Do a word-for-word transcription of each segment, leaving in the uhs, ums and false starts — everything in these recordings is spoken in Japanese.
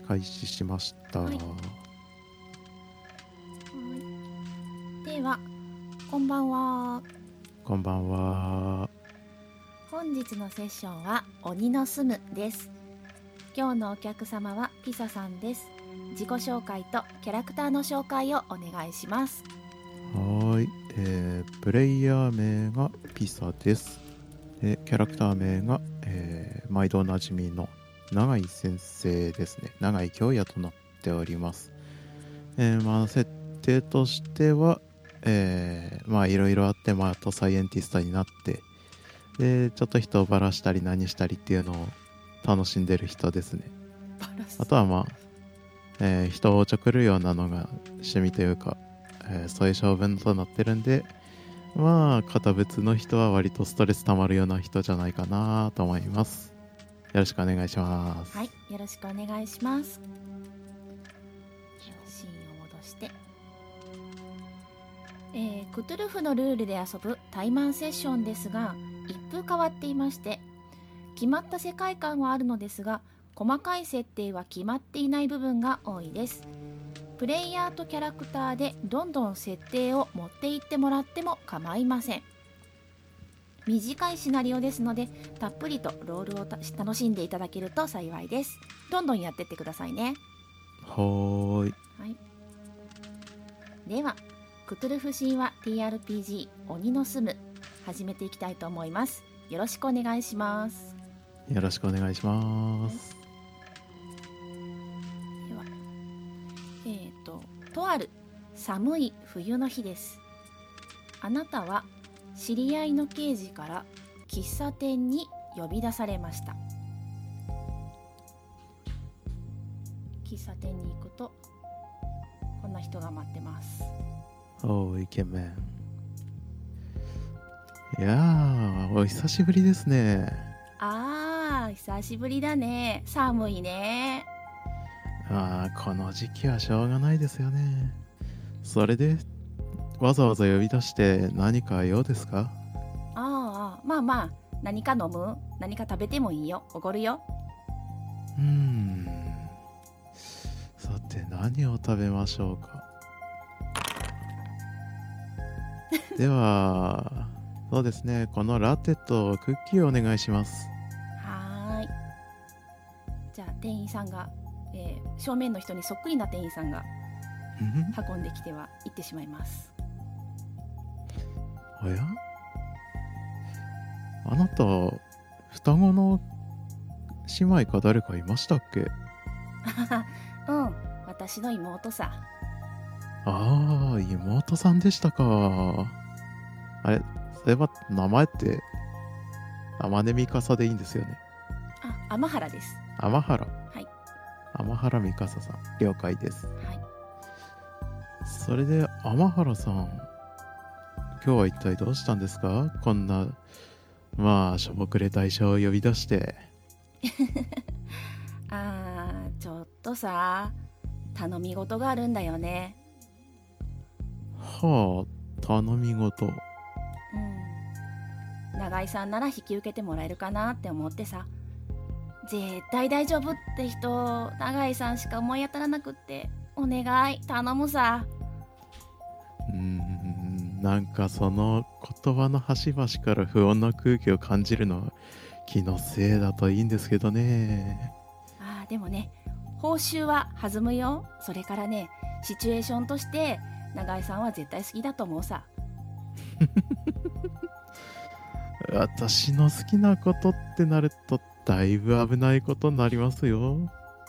開始しました。 はい、ではこんばんは。 こんばんは。 本日のセッションは鬼の住むです。今日のお客様はピサさんです。自己紹介とキャラクターの紹介をお願いします。 はい、えー、プレイヤー名がピサです。でキャラクター名が、えー、毎度おなじみの永井先生ですね。永井京也となっております。えー、まあ設定としては、えー、まあいろいろあって、まあ、あとサイエンティストになってでちょっと人をバラしたり何したりっていうのを楽しんでる人ですね。あとはまあ、えー、人をおちょくるようなのが趣味というか、えー、そういう性分となってるんで、まあ堅物の人は割とストレス溜まるような人じゃないかなと思います。よろしくお願いします。 はい、よろしくお願いします。シーンを戻して、えー、クトゥルフのルールで遊ぶタイマンセッションですが、一風変わっていまして、決まった世界観はあるのですが、細かい設定は決まっていない部分が多いです。プレイヤーとキャラクターでどんどん設定を持っていってもらっても構いません。短いシナリオですので、たっぷりとロールを楽しんでいただけると幸いです。どんどんやってってくださいね。 はーい、 はい、ではクトゥルフ神話 ティーアールピージー 鬼の住む始めていきたいと思います。よろしくお願いします。 よろしくお願いします。 では、えーと、とある寒い冬の日です。あなたは知り合いの刑事から喫茶店に呼び出されました。喫茶店に行くとこんな人が待ってます。 おー、イケメン。いやー、お久しぶりですね。 あー、久しぶりだね。寒いね。 あー、この時期はしょうがないですよね。それでわざわざ呼び出して何か用ですか？ ああ、まあまあ、何か飲む？何か食べてもいいよ。おごるよ。 うーん、さて何を食べましょうか。ではそうですね、このラテとクッキーをお願いします。 はーい。じゃあ店員さんが、えー正面の人にそっくりな店員さんが運んできては行ってしまいます。 おや、あなた双子の姉妹か誰かいましたっけ？ うん、私の妹さ。 ああ、妹さんでしたか。あれ、そういえば名前って天音ミカサでいいんですよね。 あ、天原です。 天原。 はい。 天原ミカサさん、了解です。 はい。 それで天原さん、今日は一体どうしたんですか？こんな、まあしょぼくれ大将を呼び出して。 あー、ちょっとさ、頼み事があるんだよね。 はあ、頼み事。 うん。永井さんなら引き受けてもらえるかなって思ってさ。絶対大丈夫って人、永井さんしか思い当たらなくって、お願い頼むさ。 うーん、なんかその言葉の端々から不穏な空気を感じるのは気のせいだといいんですけどね。 あー、でもね、報酬は弾むよ。それからね、シチュエーションとして永井さんは絶対好きだと思うさ。 私の好きなことってなるとだいぶ危ないことになりますよ。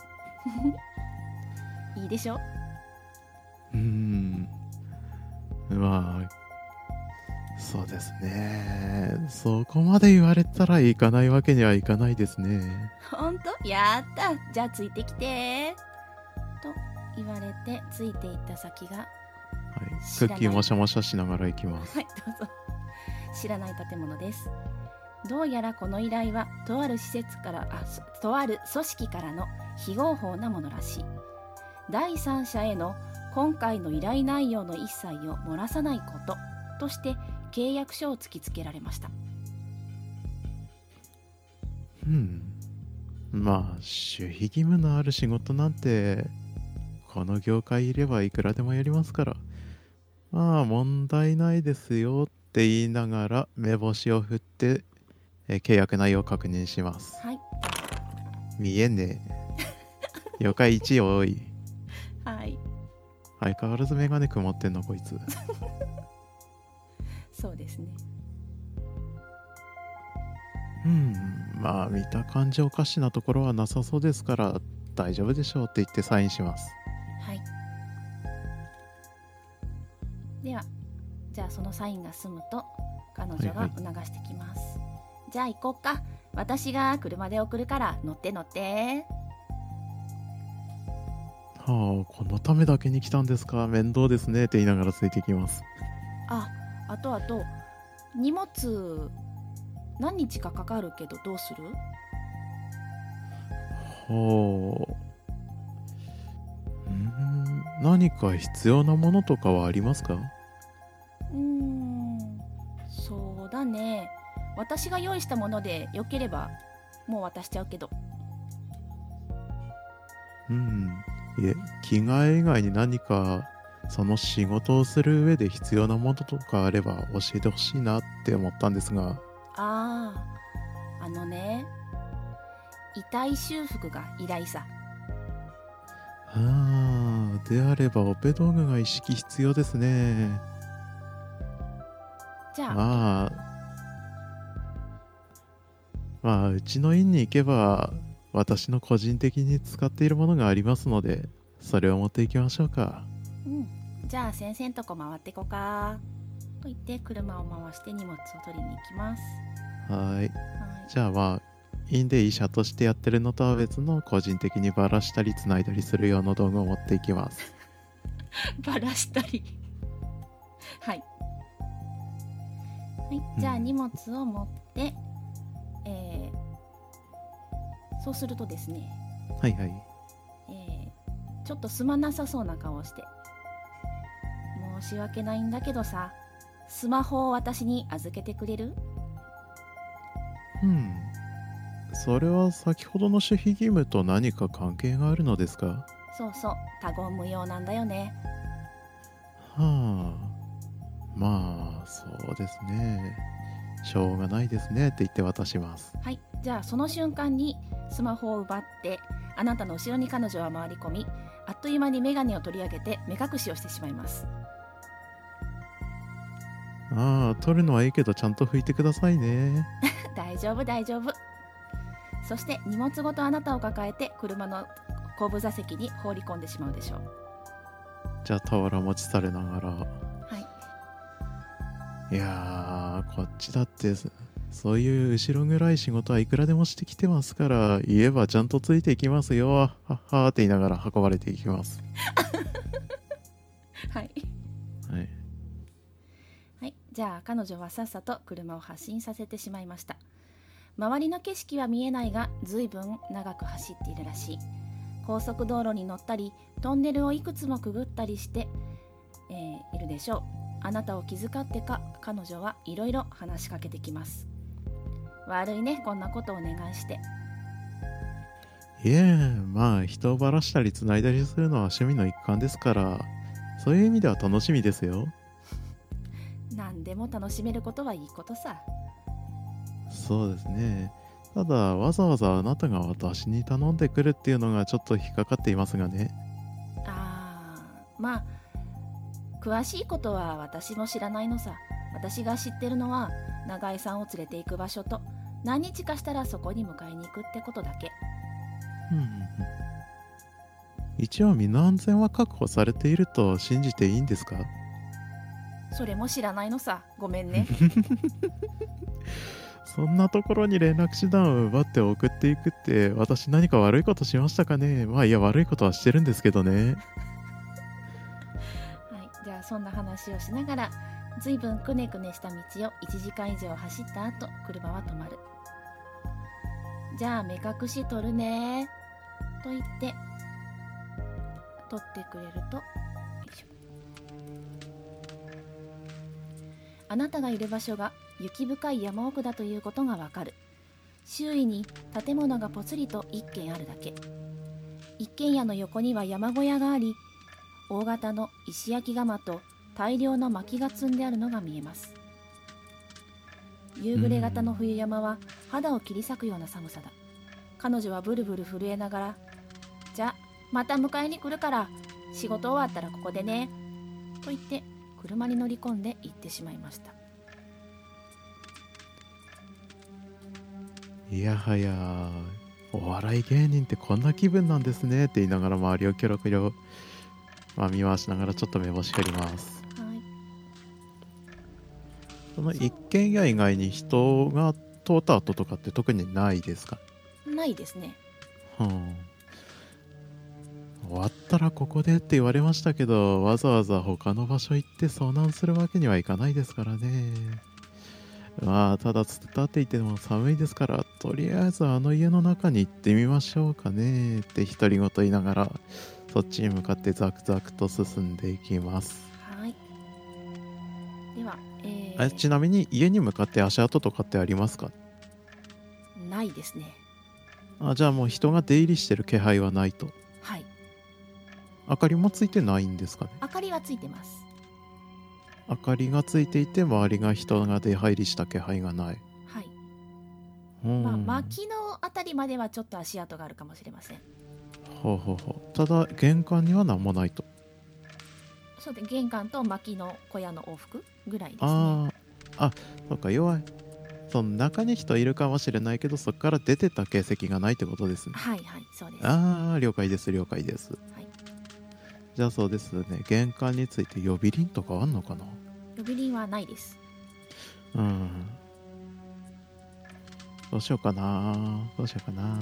いいでしょ？ うーん、まあそうですね、そこまで言われたら行かないわけにはいかないですね。 ほんと？やった。じゃあついてきてと言われてついていった先が、 はい、 知らないクッキーもしゃもしゃしながら行きます。 はい、どうぞ。知らない建物です。どうやらこの依頼はとある施設からあとある組織からの非合法なものらしい。第三者への今回の依頼内容の一切を漏らさないこととして契約書を突きつけられました。 うん、 まあ守秘義務のある仕事なんてこの業界いればいくらでもやりますから、まあ問題ないですよって言いながら目星を振ってえ契約内容を確認します。 はい。 見えねえ。了解いち多い。 はい。 相変わらずメガネ曇ってんのこいつ。 そうですね。 うんまあ見た感じおかしなところはなさそうですから大丈夫でしょうって言ってサインします。 はい。では、じゃあそのサインが済むと彼女が促してきます。はいはい、じゃあ行こっか。私が車で送るから乗って乗って。 はあ、このためだけに来たんですか。面倒ですねって言いながらついてきます。 あ、あとあと荷物何日かかかるけどどうする？ はあ。うーん、何か必要なものとかはありますか？ うーん、そうだね。私が用意したものでよければもう渡しちゃうけど。 うん、いえ、着替え以外に何かその仕事をする上で必要なものとかあれば教えてほしいなって思ったんですが。 ああ、あのね、遺体修復が依頼さ。 ああ、であればオペ道具が一式必要ですね。 じゃあまあまあうちの院に行けば私の個人的に使っているものがありますのでそれを持っていきましょうか。 うん、じゃあ先生んとこ回ってこかと言って車を回して荷物を取りに行きます。 はい。 はい、 じゃあまあ院で医者としてやってるのとは別の個人的にバラしたり繋いだりする用の道具を持っていきます。 バラしたりはい、はい、じゃあ荷物を持って、えー、そうするとですね、 はいはい、 えー、ちょっとすまなさそうな顔をして、申し訳ないんだけどさ、スマホを私に預けてくれる？ うんそれは先ほどの守秘義務と何か関係があるのですか？ そうそう、他言無用なんだよね。 はあまあそうですね、しょうがないですねって言って渡します。 はい、じゃあその瞬間にスマホを奪って、あなたの後ろに彼女は回り込み、あっという間にメガネを取り上げて目隠しをしてしまいます。 ああ取るのはいいけどちゃんと拭いてくださいね。 大丈夫大丈夫。そして荷物ごとあなたを抱えて車の後部座席に放り込んでしまうでしょう。 じゃあ俵持ちされながら、 はい、 いやーこっちだってそういう後ろ暗い仕事はいくらでもしてきてますから、言えばちゃんとついていきますよ、はっはーって言いながら運ばれていきます。 はいはい、 はい、じゃあ彼女はさっさと車を発進させてしまいました。周りの景色は見えないが随分長く走っているらしい。高速道路に乗ったりトンネルをいくつもくぐったりして、えー、いるでしょう。あなたを気遣ってか彼女はいろいろ話しかけてきます。悪いね、こんなことをお願いして。 いえまあ人をばらしたりつないだりするのは趣味の一環ですから、そういう意味では楽しみですよ。 何でも楽しめることはいいことさ。 そうですね。ただわざわざあなたが私に頼んでくるっていうのがちょっと引っかかっていますがね。 あー、まあ詳しいことは私も知らないのさ。私が知ってるのは永井さんを連れて行く場所と、何日かしたらそこに迎えに行くってことだけ。 うんうんうん、一応身の安全は確保されていると信じていいんですか？ それも知らないのさ、ごめんね。 そんなところに連絡手段を奪って送っていくって私何か悪いことしましたかね？まあいや悪いことはしてるんですけどね。 はい、じゃあそんな話をしながらずいぶんくねくねした道をいちじかん以上走った後、車は止まる。じゃあ目隠し取るねと言って取ってくれると、よいしょ、あなたがいる場所が雪深い山奥だということがわかる。 周囲に建物がぽつりと一軒あるだけ。一軒家の横には山小屋があり、大型の石焼き窯と大量の薪が積んであるのが見えます。夕暮れ型の冬山は肌を切り裂くような寒さだ。彼女はブルブル震えながら、じゃ、また迎えに来るから、仕事終わったらここでね、と言って車に乗り込んで行ってしまいました。 いやはや、お笑い芸人ってこんな気分なんですねって言いながら周りをキョロキョロ、まあ、見回しながらちょっと目星借ります。 はい。 その一軒家以外に人が通った跡とかって特にないですか？ ないですね。 はあ、終わったらここでって言われましたけど、わざわざ他の場所行って遭難するわけにはいかないですからね。まあただつったって言っても寒いですから、とりあえずあの家の中に行ってみましょうかねって独り言言いながら、そっちに向かってザクザクと進んでいきます。 はい。では、えあ、 ー、 ちなみに家に向かって足跡とかってありますか？ ないですね。 あ、じゃあもう人が出入りしてる気配はないと。 はい。 明かりもついてないんですかね？ 明かりはついてます。 明かりがついていて周りが人が出入りした気配がない。 はい。 うん、 まあ、薪のあたりまではちょっと足跡があるかもしれません。 ほうほうほう。ただ玄関には何もないと。 そうで、玄関と薪の小屋の往復ぐらいですね。 ああ、あ、そうか、要はその中に人いるかもしれないけど、そこから出てた形跡がないってことですね。 はいはい、そうです。 ああ、了解です了解です。 はい。 じゃあそうですね、玄関について呼び鈴とかあんのかな？ 呼び鈴はないです。 うん。どうしようかなどうしようかな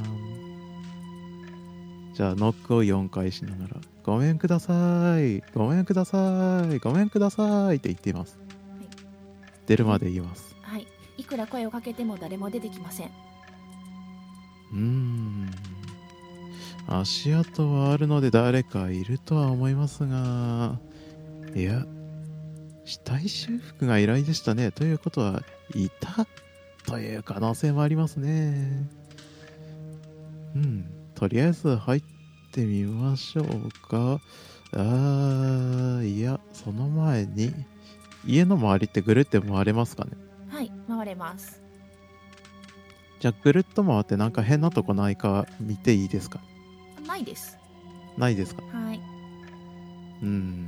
じゃあノックをよんかいしながら、ごめんください、ごめんください、ごめんくださいって言っています。 はい、 出るまで言います。 はい。いくら声をかけても誰も出てきません。 うーん。足跡はあるので誰かいるとは思いますが、いや、死体修復が依頼でしたね。ということは、いたという可能性もありますね。うん。とりあえず入ってみましょうか。あー、いや、その前に、家の周りってぐるって回れますかね？ はい、回れます。 じゃあぐるっと回ってなんか変なとこないか見ていいですか？ ないです。 ないですか？ はい。 うん。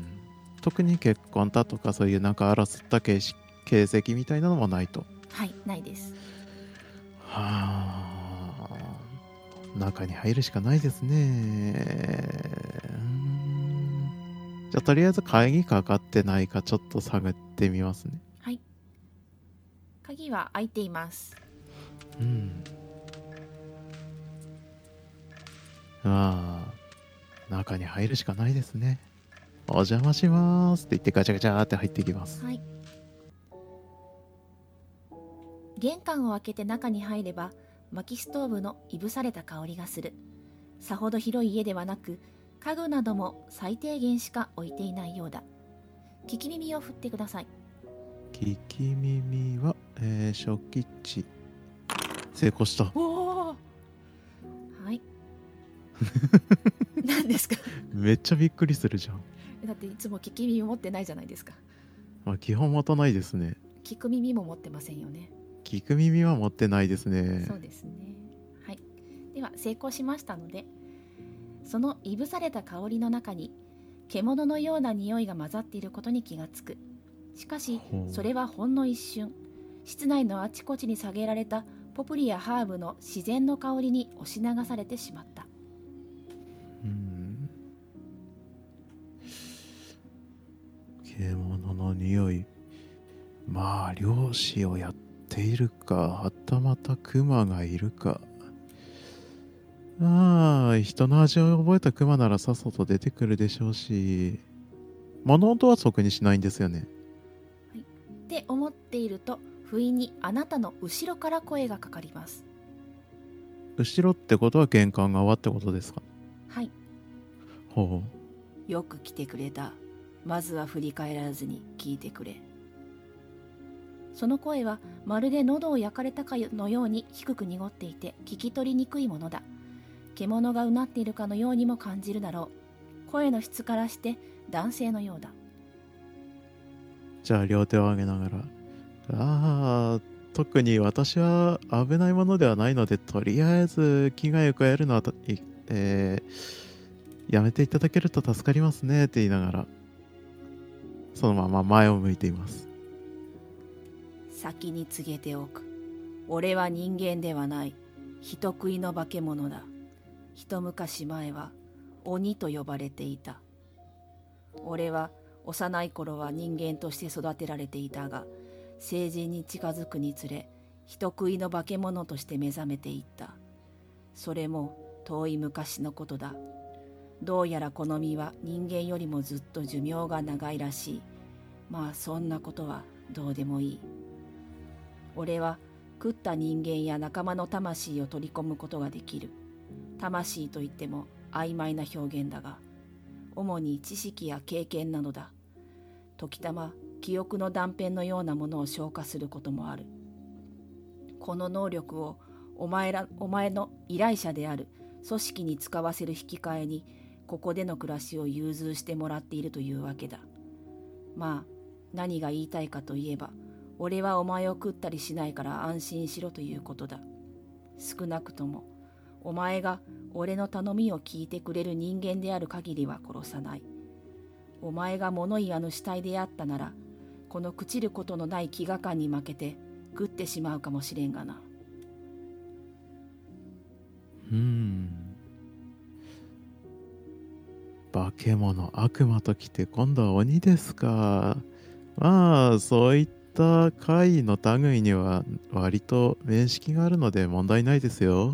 特に血痕だとかそういうなんか争った形式形跡みたいなのもないと。 はい、ないです。 はあ。中に入るしかないですね。うーん。じゃあとりあえず鍵かかってないかちょっと探ってみますね。 はい。鍵は開いています。 うん。ああ。中に入るしかないですね。お邪魔しますって言ってガチャガチャって入っていきます。 はい。玄関を開けて中に入れば、薪ストーブのいぶされた香りがする。さほど広い家ではなく、家具なども最低限しか置いていないようだ。聞き耳を振ってください。 聞き耳は、えー、初期値。成功した。 おお。はい。何ですか？ めっちゃびっくりするじゃん。 だっていつも聞き耳持ってないじゃないですか。 まあ、基本持たないですね。 聞く耳も持ってませんよね。 聞く耳は持ってないですね。 そうですね。はい。では成功しましたので、そのいぶされた香りの中に獣のような匂いが混ざっていることに気がつく。しかしそれはほんの一瞬、室内のあちこちに下げられたポプリやハーブの自然の香りに押し流されてしまった。 うん。獣の匂い。まあ漁師をやっているか、はたまたクマがいるか。ああ、人の味を覚えたクマならさっさと出てくるでしょうし、物音は特にしないんですよね。 はい、って思っていると、不意にあなたの後ろから声がかかります。 後ろってことは玄関側ってことですか？ はい。 ほう。よく来てくれた。まずは振り返らずに聞いてくれ。 その声はまるで喉を焼かれたかのように低く濁っていて聞き取りにくいものだ。獣がうなっているかのようにも感じるだろう。声の質からして男性のようだ。 じゃあ両手を上げながら、ああ、特に私は危ないものではないので、とりあえず危害を加えるのは、えー、やめていただけると助かりますねって言いながら、そのまま前を向いています。 先に告げておく。俺は人間ではない。人食いの化け物だ。一昔前は鬼と呼ばれていた。俺は幼い頃は人間として育てられていたが、成人に近づくにつれ、人食いの化け物として目覚めていった。それも遠い昔のことだ。どうやらこの身は人間よりもずっと寿命が長いらしい。まあそんなことはどうでもいい。俺は食った人間や仲間の魂を取り込むことができる。魂といっても曖昧な表現だが、主に知識や経験なのだ。時たま記憶の断片のようなものを消化することもある。この能力をお前ら、お前の依頼者である組織に使わせる引き換えに、ここでの暮らしを融通してもらっているというわけだ。まあ、何が言いたいかといえば、俺はお前を食ったりしないから安心しろということだ。少なくとも、お前が俺の頼みを聞いてくれる人間である限りは殺さない。お前が物言わぬ死体であったなら、この朽ちることのない飢餓感に負けて食ってしまうかもしれんがな。 うーん。化け物、悪魔ときて今度は鬼ですか。まあ、そういった怪異の類には割と面識があるので問題ないですよ。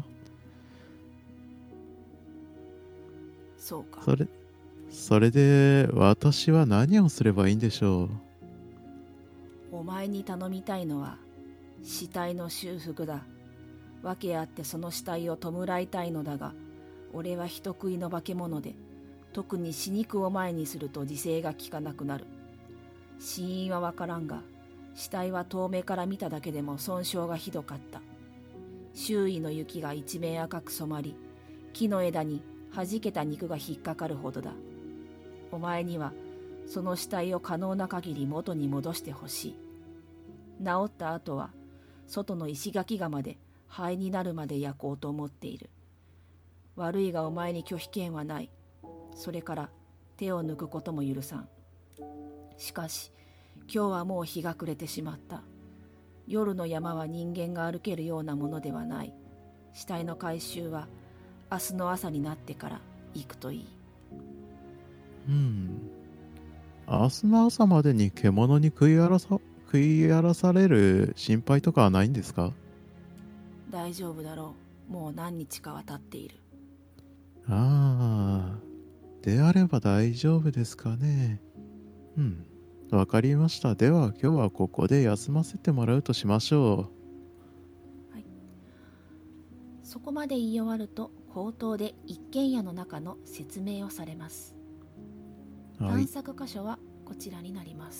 そうか。 それ、それで私は何をすればいいんでしょう。 お前に頼みたいのは死体の修復だ。訳あってその死体を弔いたいのだが、俺は人食いの化け物で、特に死肉を前にすると自制が効かなくなる。死因はわからんが、死体は遠目から見ただけでも損傷がひどかった。周囲の雪が一面赤く染まり、木の枝に弾けた肉が引っかかるほどだ。お前にはその死体を可能な限り元に戻してほしい。治った後は外の石垣窯で灰になるまで焼こうと思っている。悪いがお前に拒否権はない。それから手を抜くことも許さん。しかし今日はもう日が暮れてしまった。夜の山は人間が歩けるようなものではない。死体の回収は明日の朝になってから行くといい。 うん。明日の朝までに獣に食い荒らさ、食い荒らされる心配とかはないんですか？ 大丈夫だろう。もう何日かは経っている。 ああ、であれば大丈夫ですかね。うん。わかりました。では今日はここで休ませてもらうとしましょはい、そこまで言い終わると口頭で一軒家の中の説明をされます。 う。は探い。 索箇所はこちらになります。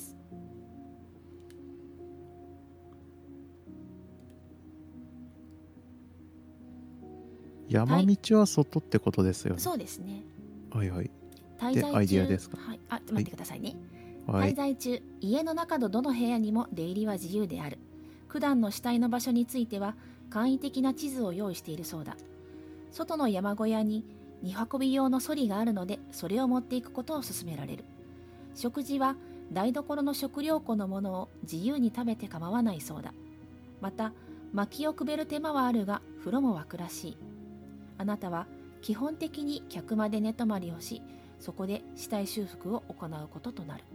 山道は外ってことですよね。 そうですね。 はいはい。 滞在中、 でアイディアですか？ はい、あ、待ってくださいね。 はい。 滞在中、家の中のどの部屋にも出入りは自由である。九段の死体の場所については簡易的な地図を用意しているそうだ。外の山小屋に荷運び用のソリがあるので、それを持っていくことを勧められる。食事は台所の食料庫のものを自由に食べて構わないそうだ。また薪をくべる手間はあるが、風呂も沸くらしい。あなたは基本的に客間で寝泊まりをし、そこで死体修復を行うこととなる。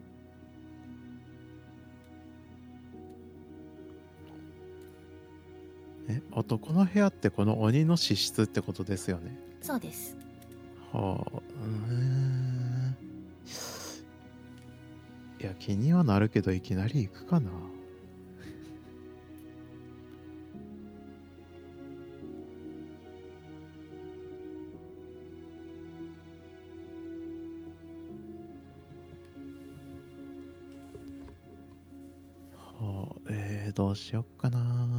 え、男の部屋ってこの鬼の資質ってことですよね。 そうです。 はあ、うーん。いや、気にはなるけどいきなり行くかな。はあ、えー、どうしよっかな。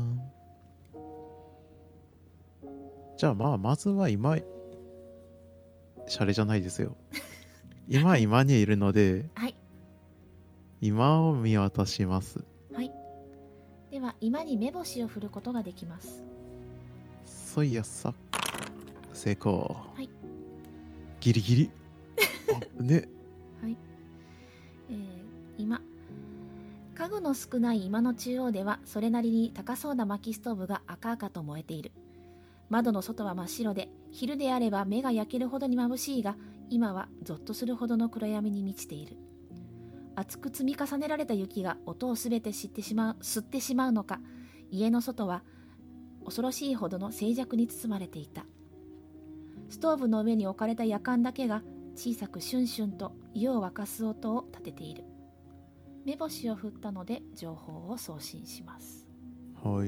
じゃあまあまずは今シャレじゃないですよ。今今にいるので、 はい。 今を見渡します。 はい。では今に目星を振ることができます。 そいやさ、成功。 はい。 ギリギリ。あね。 はい。えー、今家具の少ない今の中央ではそれなりに高そうな薪ストーブが赤々と燃えている。窓の外は真っ白で、昼であれば目が焼けるほどに眩しいが、今はゾッとするほどの暗闇に満ちている。厚く積み重ねられた雪が音をすべて知ってしまう吸ってしまうのか、家の外は恐ろしいほどの静寂に包まれていた。ストーブの上に置かれた夜間だけが小さくシュンシュンと湯を沸かす音を立てている。目星を振ったので情報を送信します。 はい。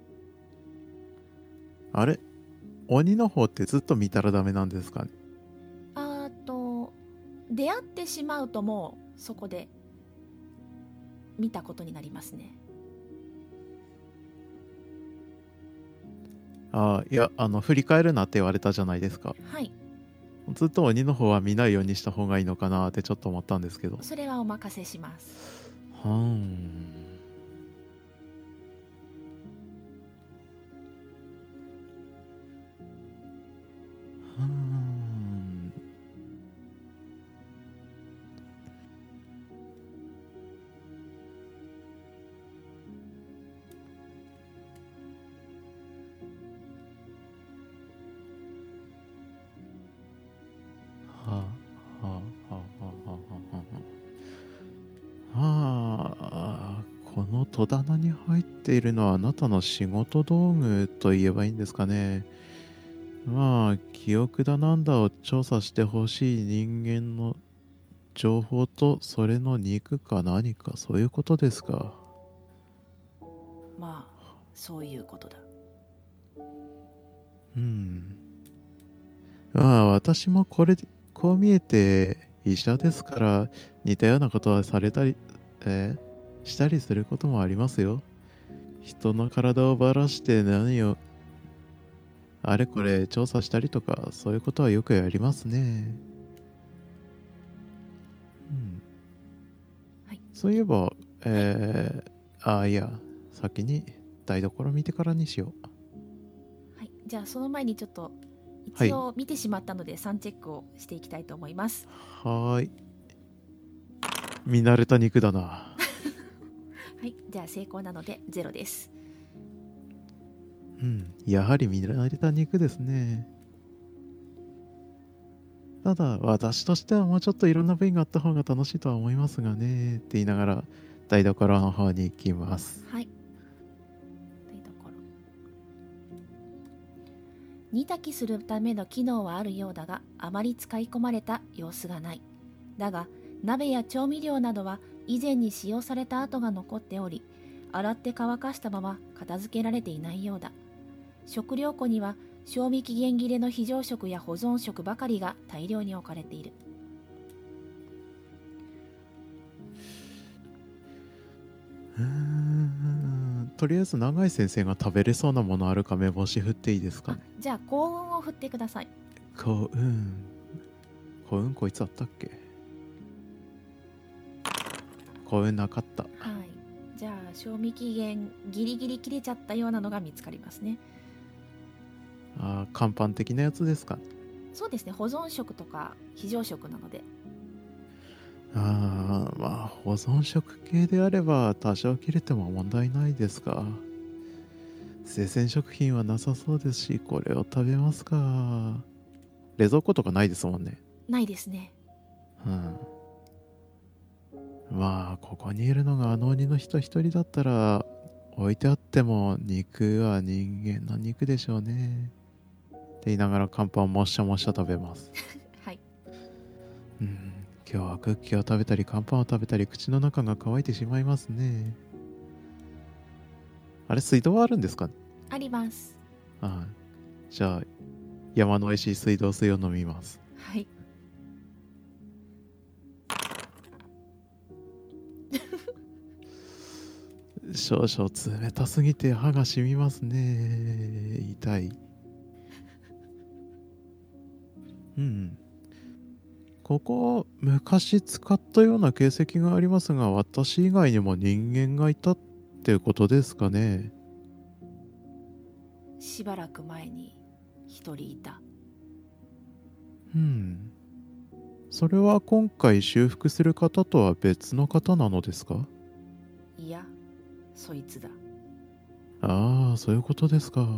あれ、鬼の方ってずっと見たらダメなんですかね。 あーと出会ってしまうともうそこで見たことになりますね。 ああ、いや、あの振り返るなって言われたじゃないですか。 はい。 ずっと鬼の方は見ないようにした方がいいのかなってちょっと思ったんですけど。 それはお任せします。 はーん。はーん。はあ、はあ、はあ、はあ、はあ、はあ。はあ、この戸棚に入っているのはあなたの仕事道具と言えばいいんですかね。まあ、記憶だなんだを調査してほしい人間の情報と、それの肉か何か、そういうことですか。 まあそういうことだ。 うん。まあ、私もこれ、こう見えて医者ですから、似たようなことはされたり、えーしたりすることもありますよ。人の体をばらして何を、あれこれ調査したりとか、そういうことはよくやりますね。うん。 はい。 そういえば、えー、ああ、いや、先に台所見てからにしよう。 はい。じゃあその前にちょっとはい一応見てしまったのでサンチェックをしていきたいと思います。 はーい。見慣れた肉だな。 はい。じゃあ成功なのでゼロです。 うん、やはり見慣れた肉ですね。ただ、私としてはもうちょっといろんな部位があった方が楽しいとは思いますがね。って言いながら、台所の方に行きます。 はい。台所。煮炊きするための機能はあるようだが、あまり使い込まれた様子がない。だが、鍋や調味料などは以前に使用された跡が残っており、洗って乾かしたまま片付けられていないようだ。食料庫には賞味期限切れの非常食や保存食ばかりが大量に置かれている。 うーん、とりあえず永井先生が食べれそうなものあるか目星振っていいですかあ、 ね。 じゃあ幸運を振ってください。 幸運。幸運こいつあったっけ。幸運なかった。 はい。じゃあ賞味期限ギリギリ切れちゃったようなのが見つかりますね。 あー、乾パン的なやつですか。 そうですね。保存食とか非常食なので。 ああ、まあ保存食系であれば多少切れても問題ないですが、生鮮食品はなさそうですし、これを食べますか。冷蔵庫とかないですもんね。 ないですね。 うん。まあここにいるのがあの鬼の人一人だったら、置いてあっても肉は人間の肉でしょうね。って言いながら乾パンをもっしゃもっしゃ食べます。 はい。 うん。今日はクッキーを食べたり乾パンを食べたり口の中が乾いてしまいますね。あれ、水道はあるんですかね。 あります。 はい。じゃあ山の美味しい水道水を飲みます。 はい。 少々冷たすぎて歯がしみますね。痛い。うん。ここ、昔使ったような形跡がありますが、私以外にも人間がいたってことですかね。 しばらく前に一人いた。 うん。それは今回修復する方とは別の方なのですか？ いや、そいつだ。 ああ、そういうことですか。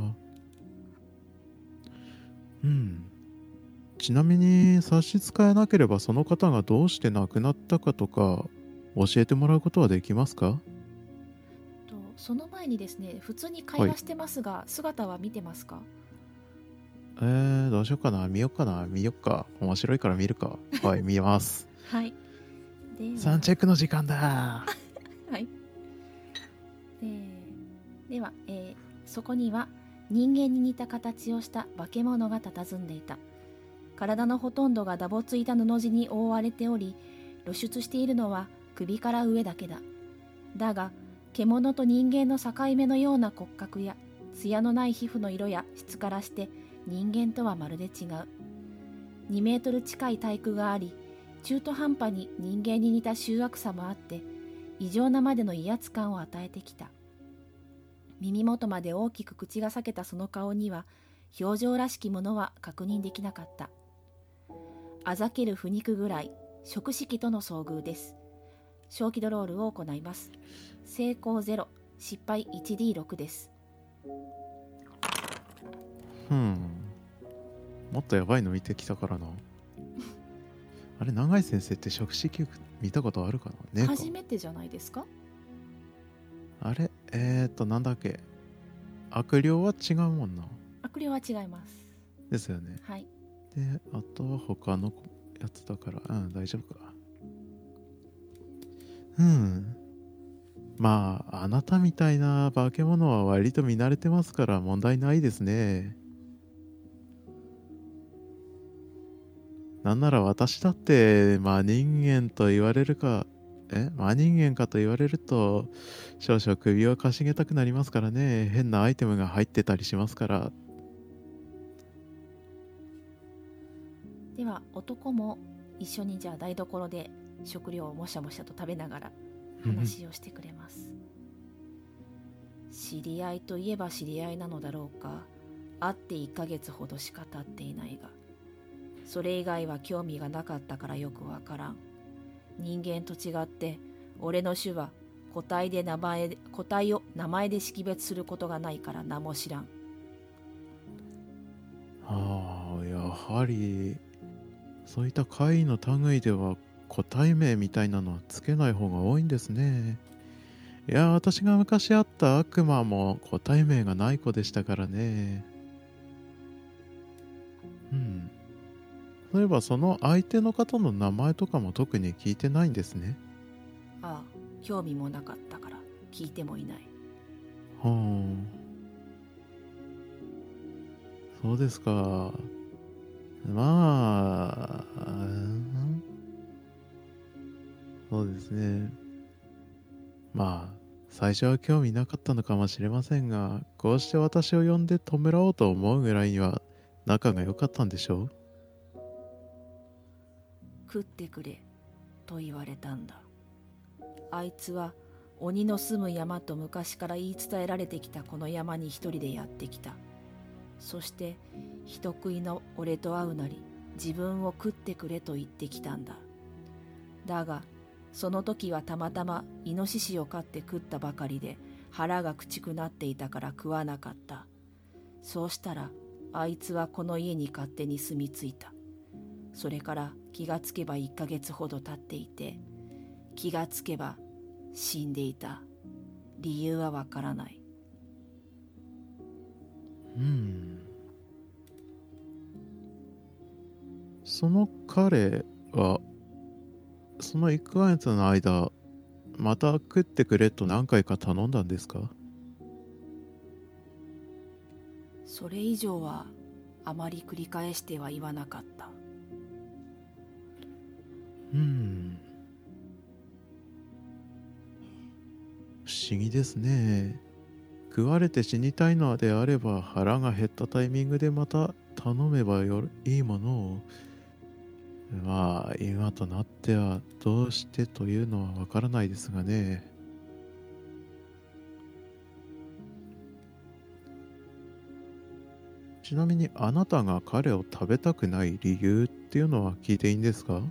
うん。ちなみに差し支えなければその方がどうして亡くなったかとか教えてもらうことはできますか？ とその前にですね、普通に会はい。 話してますが、姿は見てますか？ えー、どうしようかな。見よっかな。見よっか。面白いから見るか。はい、見ます。 はい。では、 サンチェックの時間だ。 はい。えーでは、えーそこには人間に似た形をした化け物が佇んでいた。体のほとんどがダボついた布地に覆われており、露出しているのは首から上だけだ。だが、獣と人間の境目のような骨格や艶のない皮膚の色や質からして人間とはまるで違う。にメートル近い体躯があり、中途半端に人間に似た醜悪さもあって、異常なまでの威圧感を与えてきた。耳元まで大きく口が裂けたその顔には、表情らしきものは確認できなかった。あざける腐肉ぐらい、食色との遭遇です。小気ドロールを行います。成功ゼロ、失敗 いちディーろく です。 うん。もっとやばいの見てきたからな。あれ、長井先生って食色見たことあるかな？ねえか。 初めてじゃないですか？ あれえーと、なんだっけ。悪霊は違うもんな。 悪霊は違います。 ですよね。 はい。 で、あとは他のやつだから、うん、大丈夫か。うん。まあ、あなたみたいな化け物は割と見慣れてますから問題ないですね。なんなら私だって、真人間と言われるか、え真人間かと言われると、少々首をかしげたくなりますからね。変なアイテムが入ってたりしますから。 では男も一緒にじゃあ台所で食料をもしゃもしゃと食べながら話をしてくれます。知り合いといえば知り合いなのだろうか。会っていっかげつほどしか経っていないが、それ以外は興味がなかったからよくわからん。人間と違って俺の種は個体で名前個体を名前で識別することがないから名も知らん。 ああ、やはり、そういった怪異の類では個体名みたいなのはつけない方が多いんですね。いや、私が昔会った悪魔も個体名がない子でしたからね。うん。そういえばその相手の方の名前とかも特に聞いてないんですね。 ああ、興味もなかったから聞いてもいない。 はあ。そうですか。まあ、うんそうですね。まあ、最初は興味なかったのかもしれませんが、こうして私を呼んで弔おうと思うぐらいには仲が良かったんでしょう。 食ってくれと言われたんだ。あいつは鬼の住む山と昔から言い伝えられてきたこの山に一人でやってきた。そして人食いの俺と会うなり自分を食ってくれと言ってきたんだ。だがその時はたまたまイノシシを飼って食ったばかりで腹が朽ちくなっていたから食わなかった。そうしたらあいつはこの家に勝手に住み着いた。それから気がつけばいっかげつほど経っていて、気がつけば死んでいた。理由はわからない。 うん。その彼は、そのいっかげつの間、また食ってくれと何回か頼んだんですか？ それ以上はあまり繰り返しては言わなかった。 うん。不思議ですね。食われて死にたいのであれば腹が減ったタイミングでまた頼めばよいいものを、まあ今となってはどうしてというのはわからないですがね。ちなみにあなたが彼を食べたくない理由っていうのは聞いていいんですか？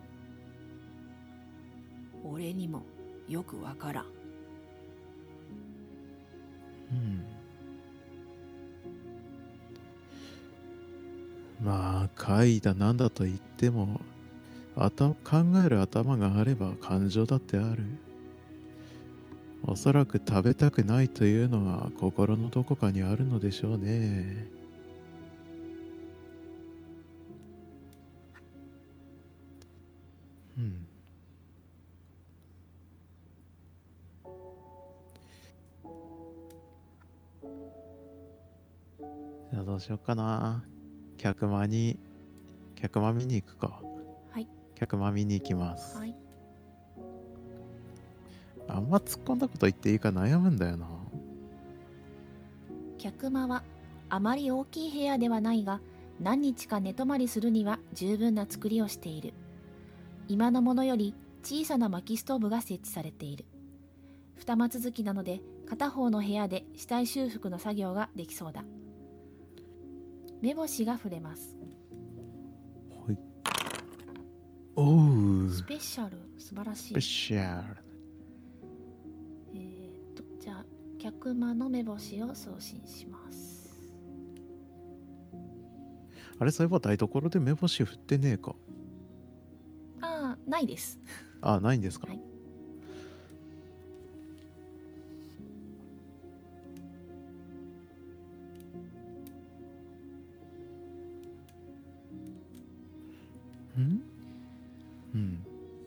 俺にもよくわからん。 うん。まあ怪異だなんだと言っても頭考える頭があれば感情だってある。おそらく食べたくないというのは心のどこかにあるのでしょうね。うん。じゃあどうしようかな。客間に客間見に行くか。 はい。 客間見に行きます。 はい。 あんま突っ込んだこと言っていいか悩むんだよな。 客間はあまり大きい部屋ではないが、何日か寝泊まりするには十分な作りをしている。今のものより小さな薪ストーブが設置されている。二間続きなので片方の部屋で死体修復の作業ができそうだ。目星が触れます。 はい。おう。 スペシャル、素晴らしい。 スペシャル。 えーっとじゃあ客間の目星を送信します。 あれ、そういえば台所で目星振ってねえか。 ああ、ないです。 あ、ないんですか。 はい。 ん？うん。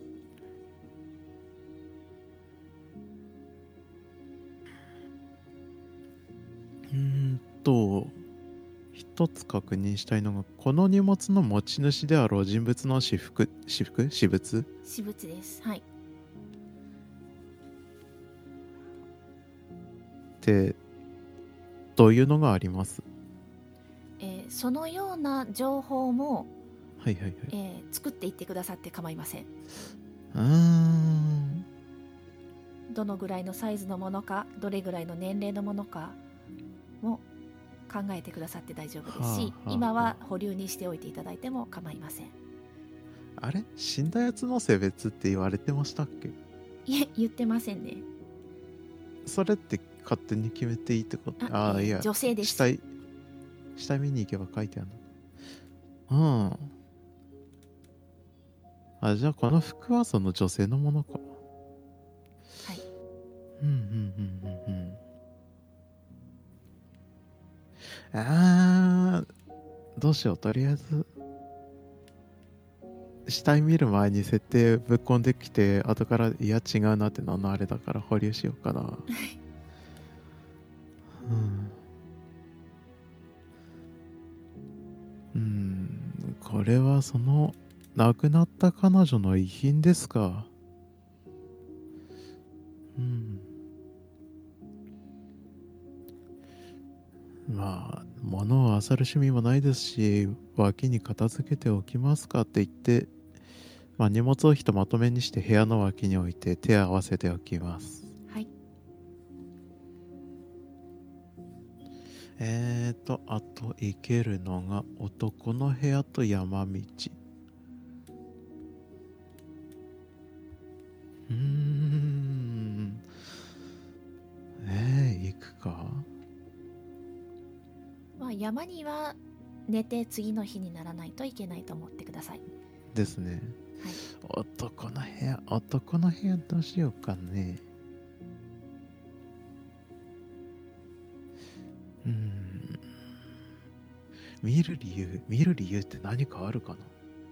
うーんと一つ確認したいのが、この荷物の持ち主であろう人物の私服私服私物私物です。はい。 ってどういうのがあります？ えーそのような情報も、 はいはいはい。 えー作っていってくださって構いません。 うーん。 どのぐらいのサイズのものか、どれぐらいの年齢のものかも考えてくださって大丈夫ですし、 はあはあ今は保留にしておいていただいても構いません。 あれ、死んだやつの性別って言われてましたっけ？ いえ、言ってませんね。 それって勝手に決めていいってこと？ああ、 あえーいや、 女性です。 死体死体見に行けば書いてあるの。うん。あ、じゃあこの服はその女性のものか。 はい。 うんうんうんうんうん。あー、どうしよう。とりあえず死体見る前に設定ぶっこんできて、後からいや違うなってののあれだから保留しようかな。うん。うん、これはその亡くなった彼女の遺品ですか。うん。まあ物を漁る趣味もないですし、脇に片付けておきますかって言って、まあ、荷物をひとまとめにして部屋の脇に置いて手を合わせておきます。 はい。 えーとあと行けるのが男の部屋と山道。うーん。えー、行くか。 まあ、山には寝て次の日にならないといけないと思ってください。 ですね。 はい。 男の部屋、男の部屋どうしようかね。うーん。見る理由、見る理由って何かあるかな。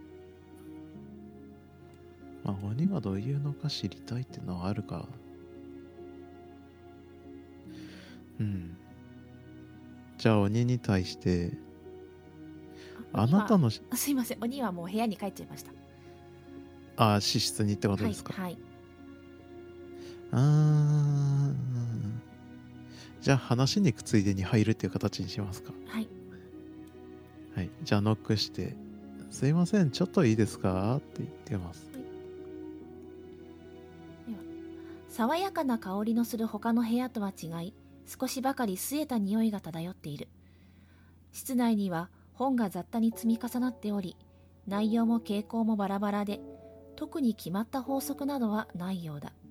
まあ、鬼がどういうのか知りたいってのはあるか。うん。じゃあ鬼に対して、あなたのし、 あすいません、鬼はもう部屋に帰っちゃいました。 あ、資質にってことはいですか。 はい。 あーじゃあ話に行くついでに入るっていう形にしますか。 はい。 はい。じゃあノックして、すいません、ちょっといいですかって言ってます。 爽やかな香りのする他の部屋とは違い、少しばかり据えた匂いが漂っている。室内には本が雑多に積み重なっており、内容も傾向もバラバラで、特に決まった法則などはないようだ。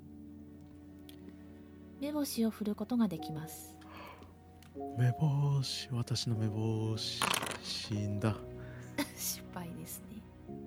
目星を振ることができます。 目星、私の目星、死んだ。 失敗ですね。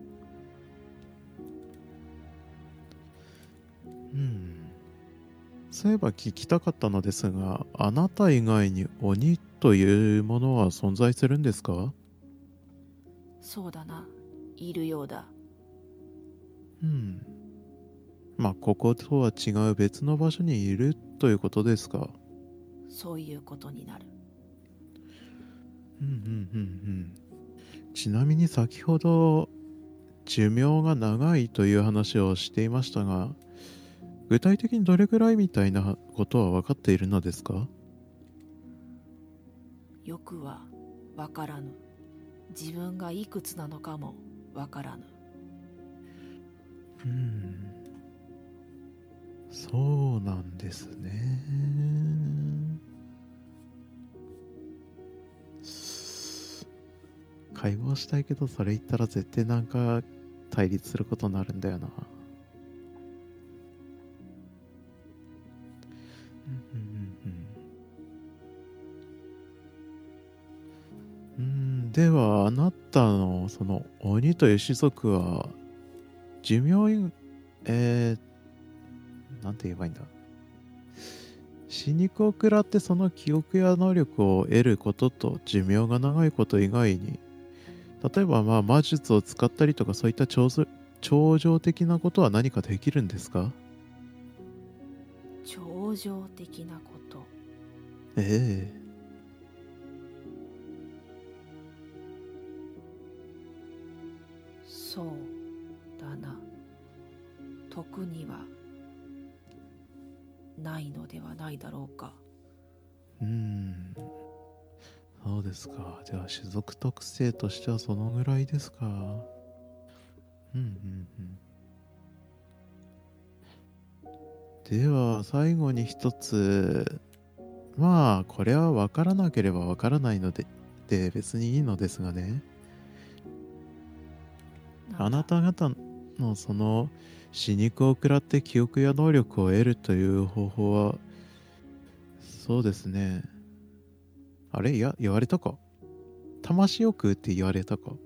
うん。そういえば聞きたかったのですが、あなた以外に鬼というものは存在するんですか？ そうだな。いるようだ。 うん。まあ、こことは違う別の場所にいるということですか？ そういうことになる。 うんうんうんうん。ちなみに先ほど寿命が長いという話をしていましたが、具体的にどれくらいみたいなことは分かっているのですか？ よくはわからぬ。自分がいくつなのかもわからぬ。 うーん、そうなんですね。解剖したいけど、それ言ったら絶対なんか対立することになるんだよな。うんうんうんうん。うーん、ではあなたのその鬼という種族は寿命、えー、なんて言えばいいんだ。死肉を食らってその記憶や能力を得ることと寿命が長いこと以外に、例えばまあ魔術を使ったりとかそういった超ず超常的なことは何かできるんですか？ 超常的なこと。 ええそうだな。特にはないのではないだろうか。 うーん、そうですか。では種族特性としてはそのぐらいですか。うんうんうん。では最後に一つ、まあこれは分からなければ分からないのでで別にいいのですがね、あなた方のその死肉を食らって記憶や能力を得るという方法は、そうですね。あれいや、言われたか。魂を食うって言われたか。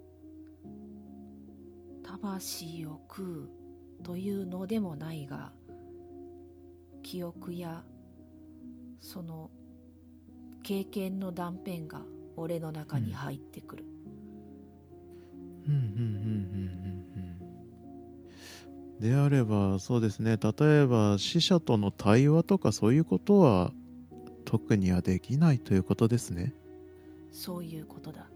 魂を食うというのでもないが、記憶やその経験の断片が俺の中に入ってくる。 うんうんうんうんうんうん。であればそうですね。例えば死者との対話とかそういうことは特にはできないということですね。 そういうことだ。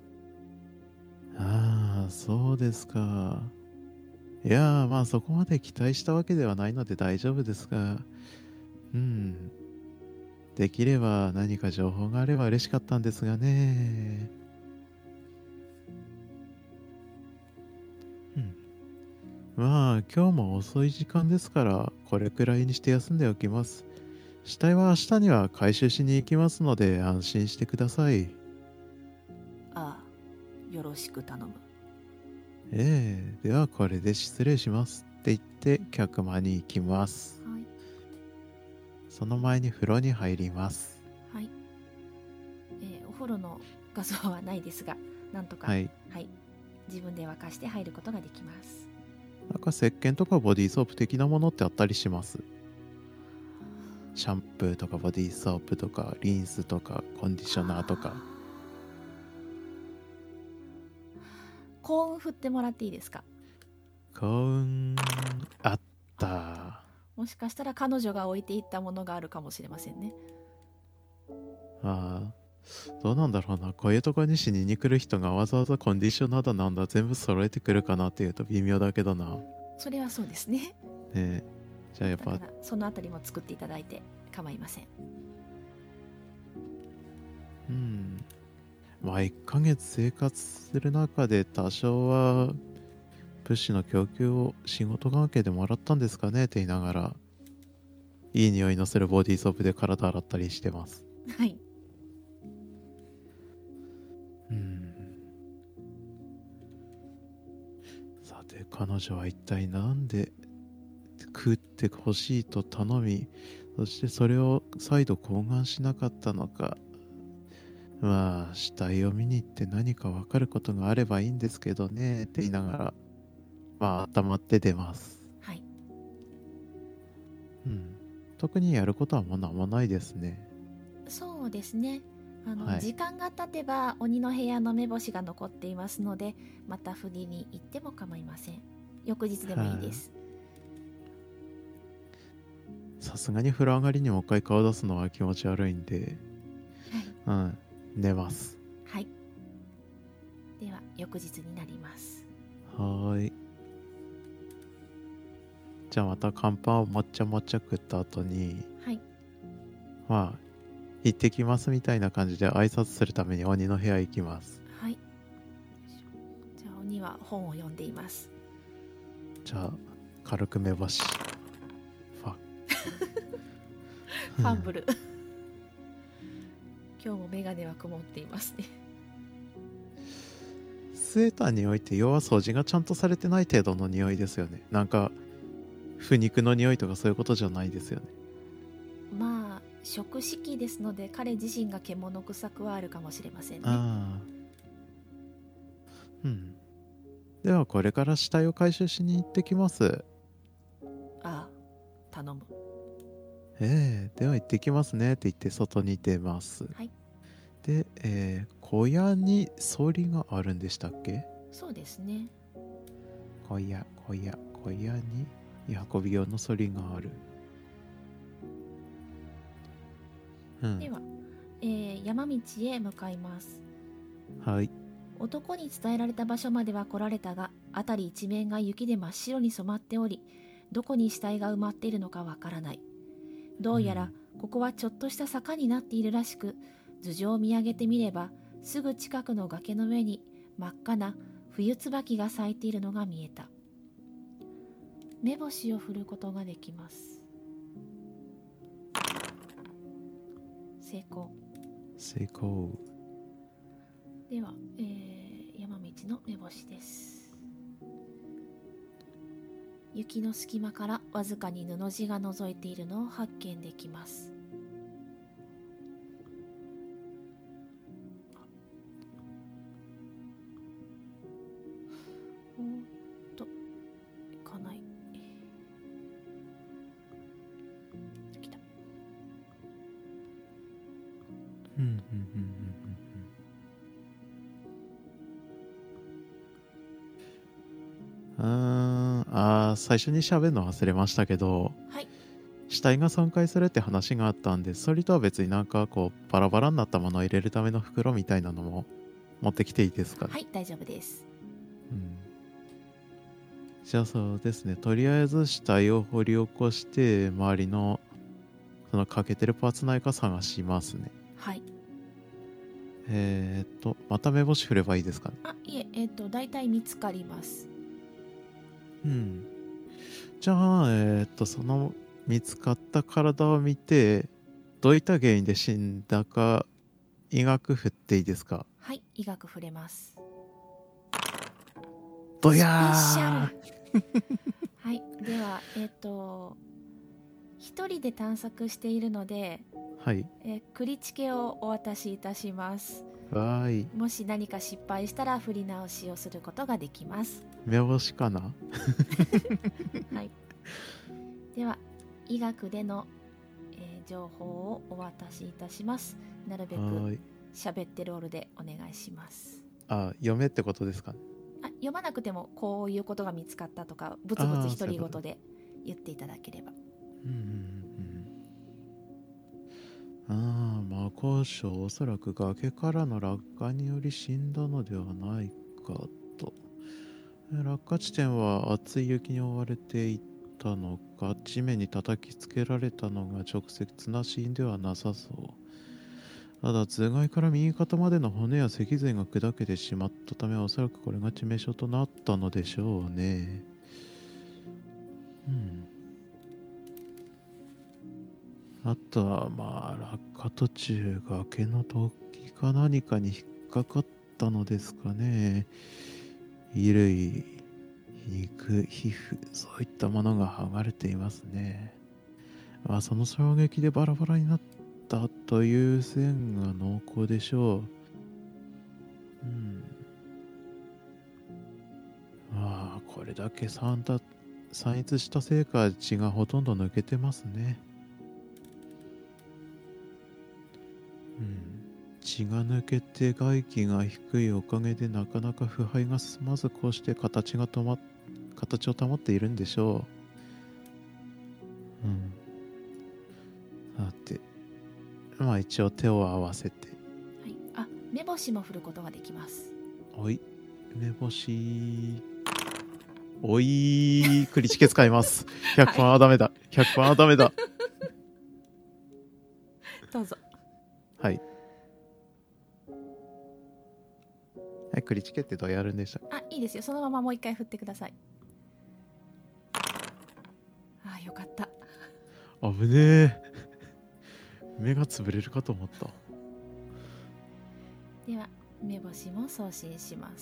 ああ、そうですか。いやー、まあそこまで期待したわけではないので大丈夫ですが、うん。できれば何か情報があれば嬉しかったんですがね。うん。まあ今日も遅い時間ですからこれくらいにして休んでおきます。死体は明日には回収しに行きますので安心してください。 ああ、よろしく頼む。 ええ、ではこれで失礼しますって言って客間に行きます。 はい。 その前に風呂に入ります。 はい。えーお風呂の画像はないですが、なんとか、 はい。 はい。自分で沸かして入ることができます。 なんか石鹸とかボディーソープ的なものってあったりします。シャンプーとかボディーソープとかリンスとかコンディショナーとか。 幸運振ってもらっていいですか？ 幸運あった。 もしかしたら彼女が置いていったものがあるかもしれませんね。 ああ、どうなんだろうな。こういうとこに死にに来る人がわざわざコンディショナーだなんだ全部揃えてくるかなっていうと微妙だけどな。ねそれはそうですね。 え。 じゃあやっぱだからそのあたりも作っていただいて構いません。 うんまあいっかげつ生活する中で多少は物資の供給を仕事関係でもらったんですかねって言いながら、いい匂いのするボディーソープで体洗ったりしてます。 はい。 うんさて彼女は一体なんで食ってほしいと頼み、そしてそれを再度懇願しなかったのか。まあ死体を見に行って何か分かることがあればいいんですけどねって言いながら、まあ温まって出ます。 はい。 うん特にやることはもう何もないですね。 そうですね。あの、 はい時間が経てば鬼の部屋の目星が残っていますので、また振りに行っても構いません。翌日でもいいです。 さすがに風呂上がりにもう一回顔出すのは気持ち悪いんで、うん寝ます。 はい。では翌日になります。 はーい。じゃあまた乾パンをもっちゃもっちゃ食った後に、 はい。 まあ行ってきますみたいな感じで挨拶するために鬼の部屋行きます。 はい。じゃあ鬼は本を読んでいます。 じゃあ軽く目星。ファファンブル。今日もメガネは曇っていますね。 スウェーターにおいて要は掃除がちゃんとされてない程度の匂いですよね。なんか腐肉の匂いとかそういうことじゃないですよね。 まあ食式ですので彼自身が獣臭くはあるかもしれませんね。 ああうんではこれから死体を回収しに行ってきます。 ああ、頼む。 ええでは行ってきますねって言って外に出ます。 はい。 で、えー小屋にソリがあるんでしたっけ？ そうですね。 小屋小屋小屋に運び用のソリがある。うんでは、えー山道へ向かいます。 はい。 男に伝えられた場所までは来られたが、辺り一面が雪で真っ白に染まっており、どこに死体が埋まっているのかわからない。どうやらここはちょっとした坂になっているらしく、頭上を見上げてみればすぐ近くの崖の上に真っ赤な冬椿が咲いているのが見えた。目星を振ることができます。成功。 成功。 では、えー山道の目星です。雪の隙間からわずかに布地が覗いているのを発見できます。おーっと、いかない。来た。 うんうんうんうんうんうん。うーんあー最初に喋るの忘れましたけど、 はい。 死体が損壊するって話があったんで、それとは別になんかこうバラバラになったものを入れるための袋みたいなのも持ってきていいですかね？ はい、大丈夫です。 うんじゃあそうですね、とりあえず死体を掘り起こして周りのその欠けてるパーツないか探しますね。 はい。 えー、っとまた目星振ればいいですかね？ あ、いえ、えっ、と、大体見つかります。 うんじゃあえー、っとその見つかった体を見てどういった原因で死んだか医学振っていいですか？ はい、医学触れます。 どスペやシャール。はい、では、えっ、と、一人で探索しているので、 はいえー、クリチケをお渡しいたします。 わーいもし何か失敗したら振り直しをすることができます。 目星かな？ はい。では、医学での、えー情報をお渡しいたします。なるべくはーい喋ってロールでお願いします。 あ読めってことですかね？ あ、読まなくてもこういうことが見つかったとか、ブツブツ独り言で言っていただければ。 うんうんうんうんああ魔法省おそらく崖からの落下により死んだのではないかと。落下地点は厚い雪に覆われていたのか、地面に叩きつけられたのが直接な死因ではなさそう。ただ頭蓋から右肩までの骨や脊髄が砕けてしまったため、おそらくこれが致命傷となったのでしょうね。うん。あとはまあ落下途中崖の突起か何かに引っかかったのですかね。衣類、肉、皮膚、そういったものが剥がれていますね。まあ、その衝撃でバラバラになったという線が濃厚でしょう。うん。まあ、これだけ散だ散逸したせいか血がほとんど抜けてますね。うん。血が抜けて外気が低いおかげでなかなか腐敗が進まず、こうして形が止ま形を保っているんでしょう。うん。だってまあ一応手を合わせて、 はい、あ、目星も振ることができます。 おい、目星、おい、クリチケ使います。ひゃくパーセントはダメだ。ひゃくパーセントはダメだ。 どうぞ。 はい。はい、クリチケってどうやるんでしたっけ？ あ、いいですよ。そのままもう一回振ってください。あ、よかった。 危ねえ。目が潰れるかと思った。 では目星も送信します。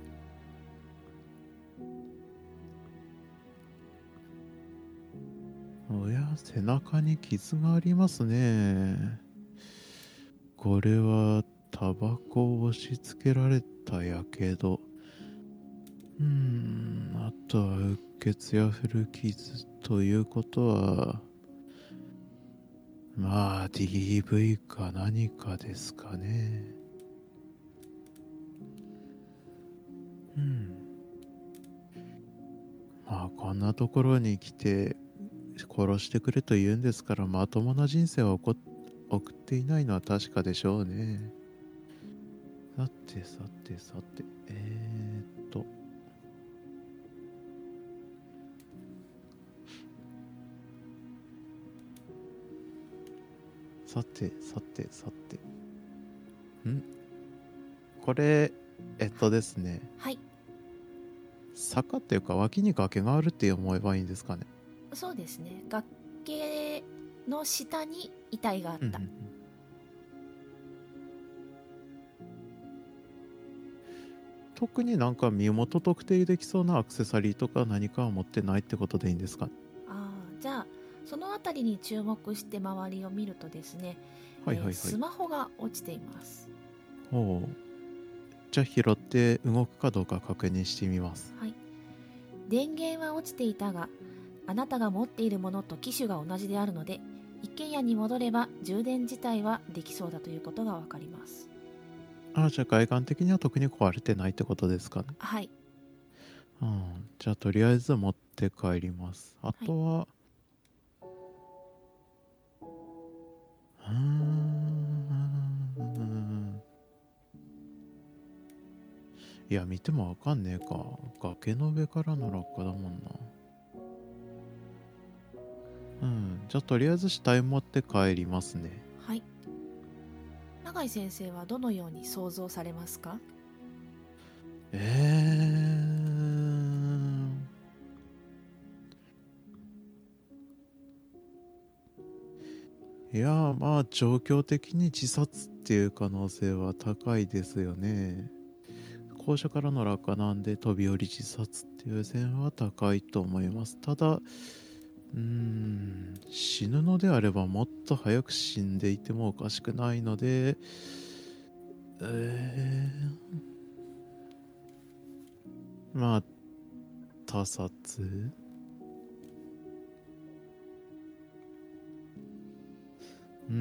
おや、背中に傷がありますね。これはタバコを押し付けられたやけど。うーん、あとはうっ血や古傷ということは、まあ ディーブイ か何かですかね。うん。まあこんなところに来て殺してくれと言うんですから、まともな人生を送っていないのは確かでしょうね。さてさてさて、えーっとさてさてさてんこれえっとですね、 はい、 坂っていうか脇に崖があるって思えばいいんですかね。 そうですね。崖の下に遺体があった。 うんうんうん、特になんか身元特定できそうなアクセサリーとか何かは持ってないってことでいいんですか？ ああ、じゃあその辺りに注目して周りを見るとですね、 はいはいはい、 えースマホが落ちています。 おう、じゃあ拾って動くかどうか確認してみます。 はい、電源は落ちていたが、あなたが持っているものと機種が同じであるので、一軒家に戻れば充電自体はできそうだということがわかります。 ああ、じゃあ外観的には特に壊れてないってことですかね。 はい、 うん、じゃあとりあえず持って帰ります。あとは、はい、うーん、いや見てもわかんねえか。崖の上からの落下だもんな。うん、じゃあとりあえず死体持って帰りますね。 はい。永井先生はどのように想像されますか？ えー、いやまあ状況的に自殺っていう可能性は高いですよね。高所からの落下なんで飛び降り自殺っていう線は高いと思います。ただうーん死ぬのであればもっと早く死んでいてもおかしくないので、えー、まあ他殺、うん。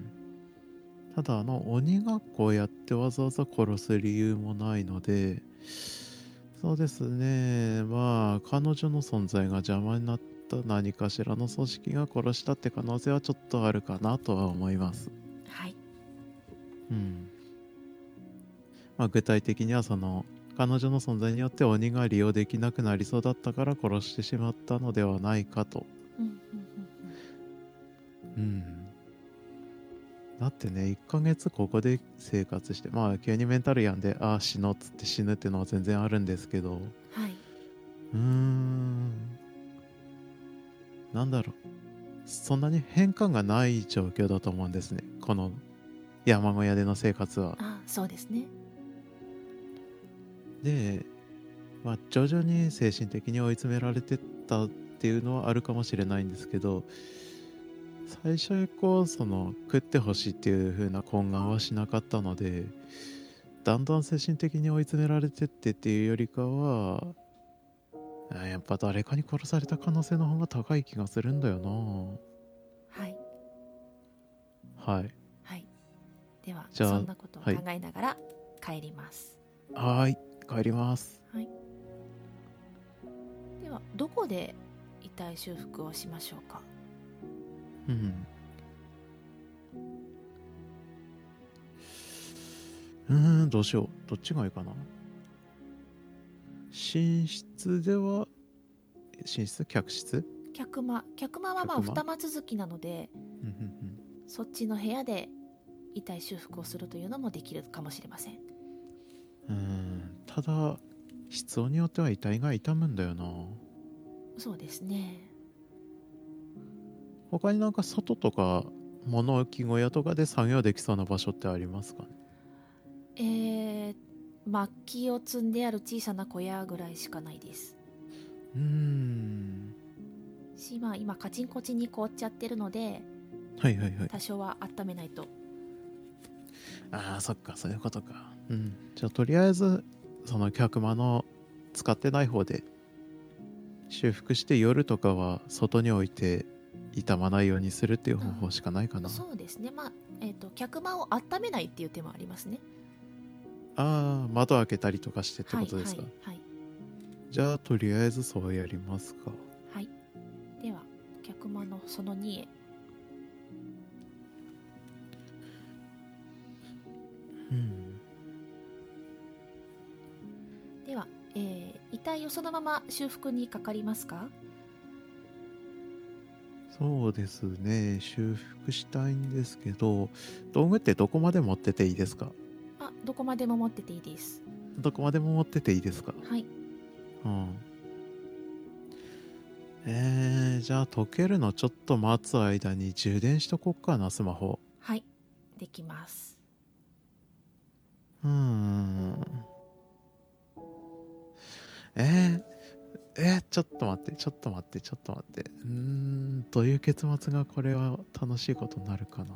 ただあの鬼学校やってわざわざ殺す理由もないので、そうですね、まあ彼女の存在が邪魔になった何かしらの組織が殺したって可能性はちょっとあるかなとは思います。 はい。 うん。まあ具体的にはその彼女の存在によって鬼が利用できなくなりそうだったから殺してしまったのではないかと。 うんうんうんだってねいっかげつここで生活して、まあ急にメンタル病んでああ死のうっつって死ぬっていうのは全然あるんですけど、 うんはい。 うーんなんだろう、そんなに変化がない状況だと思うんですね、この山小屋での生活は。 あ、そうですね。 で、まあ、徐々に精神的に追い詰められてったっていうのはあるかもしれないんですけど、最初以降その食ってほしいっていう風な懇願はしなかったので、だんだん精神的に追い詰められてってっていうよりかは、あやっぱ誰かに殺された可能性の方が高い気がするんだよはい。 な。はい。 はい。では、 じゃあそんなことを考はいえながら帰ります。 はーい、帰ります。 はい。では、どこで遺体修復をしましょうか。 うんうーんどうしよう、どっちがいいかな。寝室では寝室客室客間、客間はまあ客間二間続きなので、 うんうんそっちの部屋で遺体修復をするというのもできるかもしれません。 うんうーんただ室温によっては遺体が傷むんだよな。 そうですね。 他になんか外とか物置小屋とかで作業できそうな場所ってありますかね。 えー、薪を積んである小さな小屋ぐらいしかないです。 うーんし、まあ今カチンコチンに凍っちゃってるので、 はいはいはい。 多少は温めないと。 ああそっかそういうことか。うんじゃあとりあえずその客間の使ってない方で修復して、夜とかは外に置いて傷まないようにするっていう方法しかないかな。 そうですね。まあ、えっ、と、客間を温めないっていう手もありますね。 ああ窓開けたりとかしてってはい、 ことですか。 はい、はい。 じゃあとりあえずそうやりますか。 はい。では、客間のそのにへ。 うんでは、えー遺体をそのまま修復にかかりますか？ そうですね修復したいんですけど、道具ってどこまで持ってていいですか。 あ、どこまでも持ってていいです。 どこまでも持ってていいですか。 はい。 うんえー、じゃあ溶けるのちょっと待つ間に充電しとこっかなスマホ。 はい。できます。 うーんえー、えー、ちょっと待ってちょっと待ってちょっと待ってうーんどういう結末がこれは楽しいことになるかな。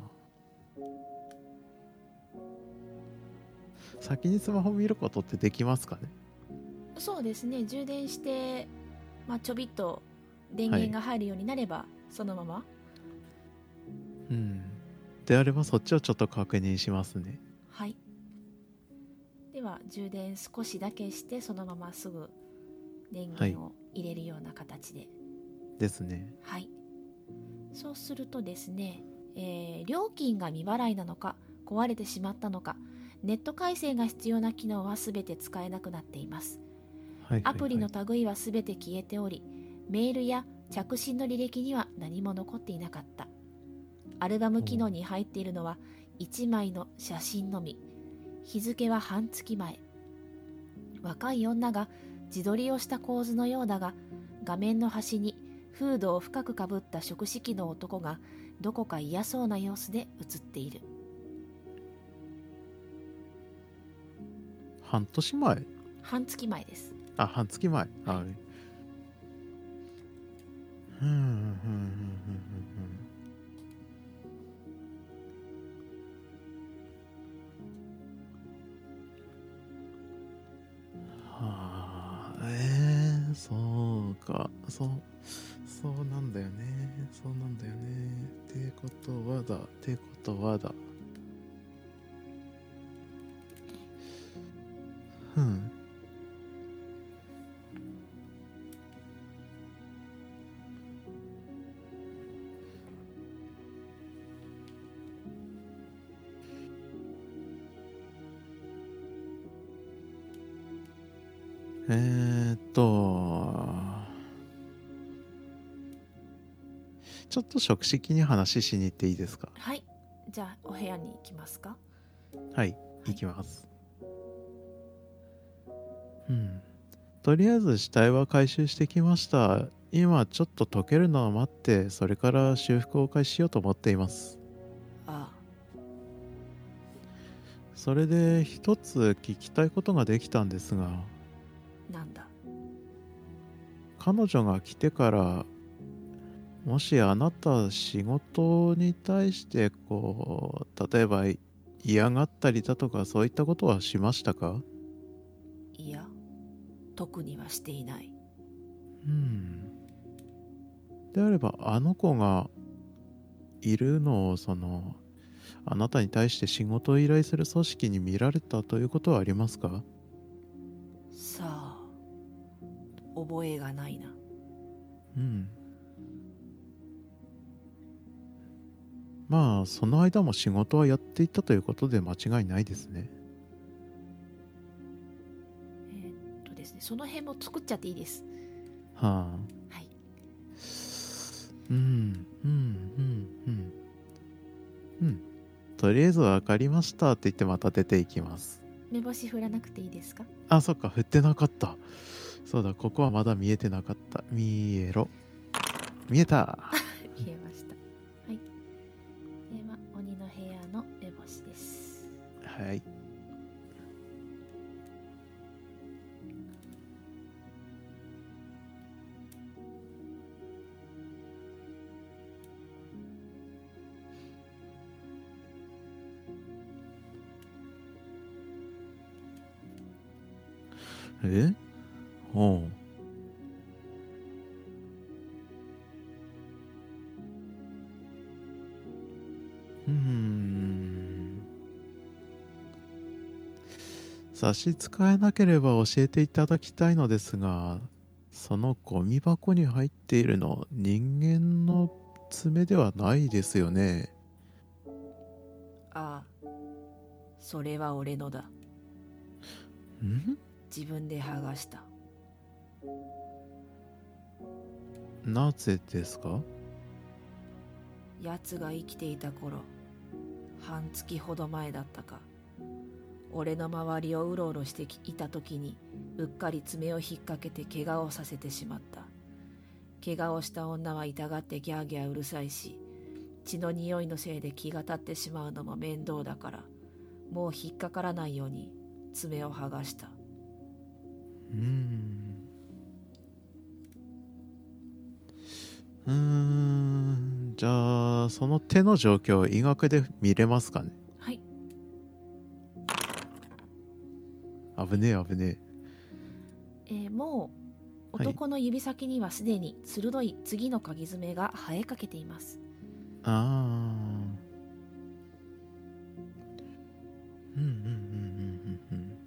先にスマホ見ることってできますかね。 そうですね。充電して、まあ、ちょびっと電源が入るようになれば、そのまま。 うんであればそっちをちょっと確認しますね。 はい。では、充電少しだけして、そのまますぐ電源を入れるような形で。 ですね。 はい。そうするとですね、えー料金が未払いなのか、壊れてしまったのか、ネット回線が必要な機能はすべて使えなくなっています。 はいはいはい、 アプリの類はすべて消えており、メールや着信の履歴には何も残っていなかった。アルバム機能に入っているのはいちまいの写真のみ。日付は半月前。若い女が自撮りをした構図のようだが、画面の端にフードを深くかぶった食式の男がどこか嫌そうな様子で写っている。 半年前半月前です。 あ半月前はいはいふんふんふんふんふんはあえー、そうかそうそうなんだよねそうなんだよねってことはだってことはだふんえーっとちょっと触式に話しに行っていいですか？ はい、じゃあお部屋に行きますか。 はい行きます。うんとりあえず死体は回収してきました。今ちょっと溶けるのを待ってそれから修復を開始しようと思っています。 あそれで一つ聞きたいことができたんですが、 あ、なんだ。 彼女が来てからもしあなた仕事に対してこう例えば嫌がったりだとかそういったことはしましたか？ いや、特にはしていない。 うんであればあの子がいるのをそのあなたに対して仕事を依頼する組織に見られたということはありますか？ さあ、覚えがないな。 うんまあその間も仕事はやっていたということで間違いないですね。 えーっとですね、その辺も作っちゃっていいです。 はあはい。 うんうんうんうんうんとりあえず分かりましたって言ってまた出ていきます。 目星振らなくていいですか？ あそっか振ってなかった。そうだここはまだ見えてなかった。見えろ見えた。 消えました。はい。では鬼の部屋の目星です。 はいえおううーん差し支えなければ教えていただきたいのですが、そのゴミ箱に入っているの人間の爪ではないですよね？ ああ、それは俺のだ。 ん自分で剥がした。 なぜですか？ 奴が生きていた頃、半月ほど前だったか、俺の周りをうろうろしていた時にうっかり爪を引っ掛けて怪我をさせてしまった。怪我をした女は痛がってギャーギャーうるさいし、血の匂いのせいで気が立ってしまうのも面倒だから、もう引っかからないように爪を剥がした。 うーんうーんじゃあその手の状況医学で見れますかね？ はい。 危ねえ危ねえーもうはい男の指先にはすでに鋭い次の鍵爪が生えかけています。 えああうんうんうんうんうんうん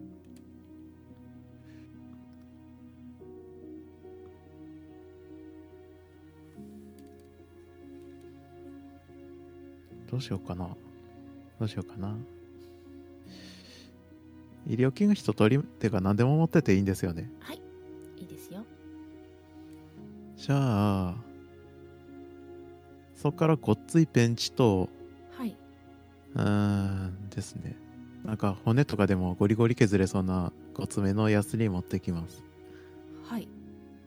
どうしようかなどうしようかな医療器具一通りってか何でも持ってていいんですよね？ はい、いいですよ。 じゃあそこからごっついペンチとはい。 うーんですねなんか骨とかでもゴリゴリ削れそうなごつめのヤスリ持ってきます。 はい。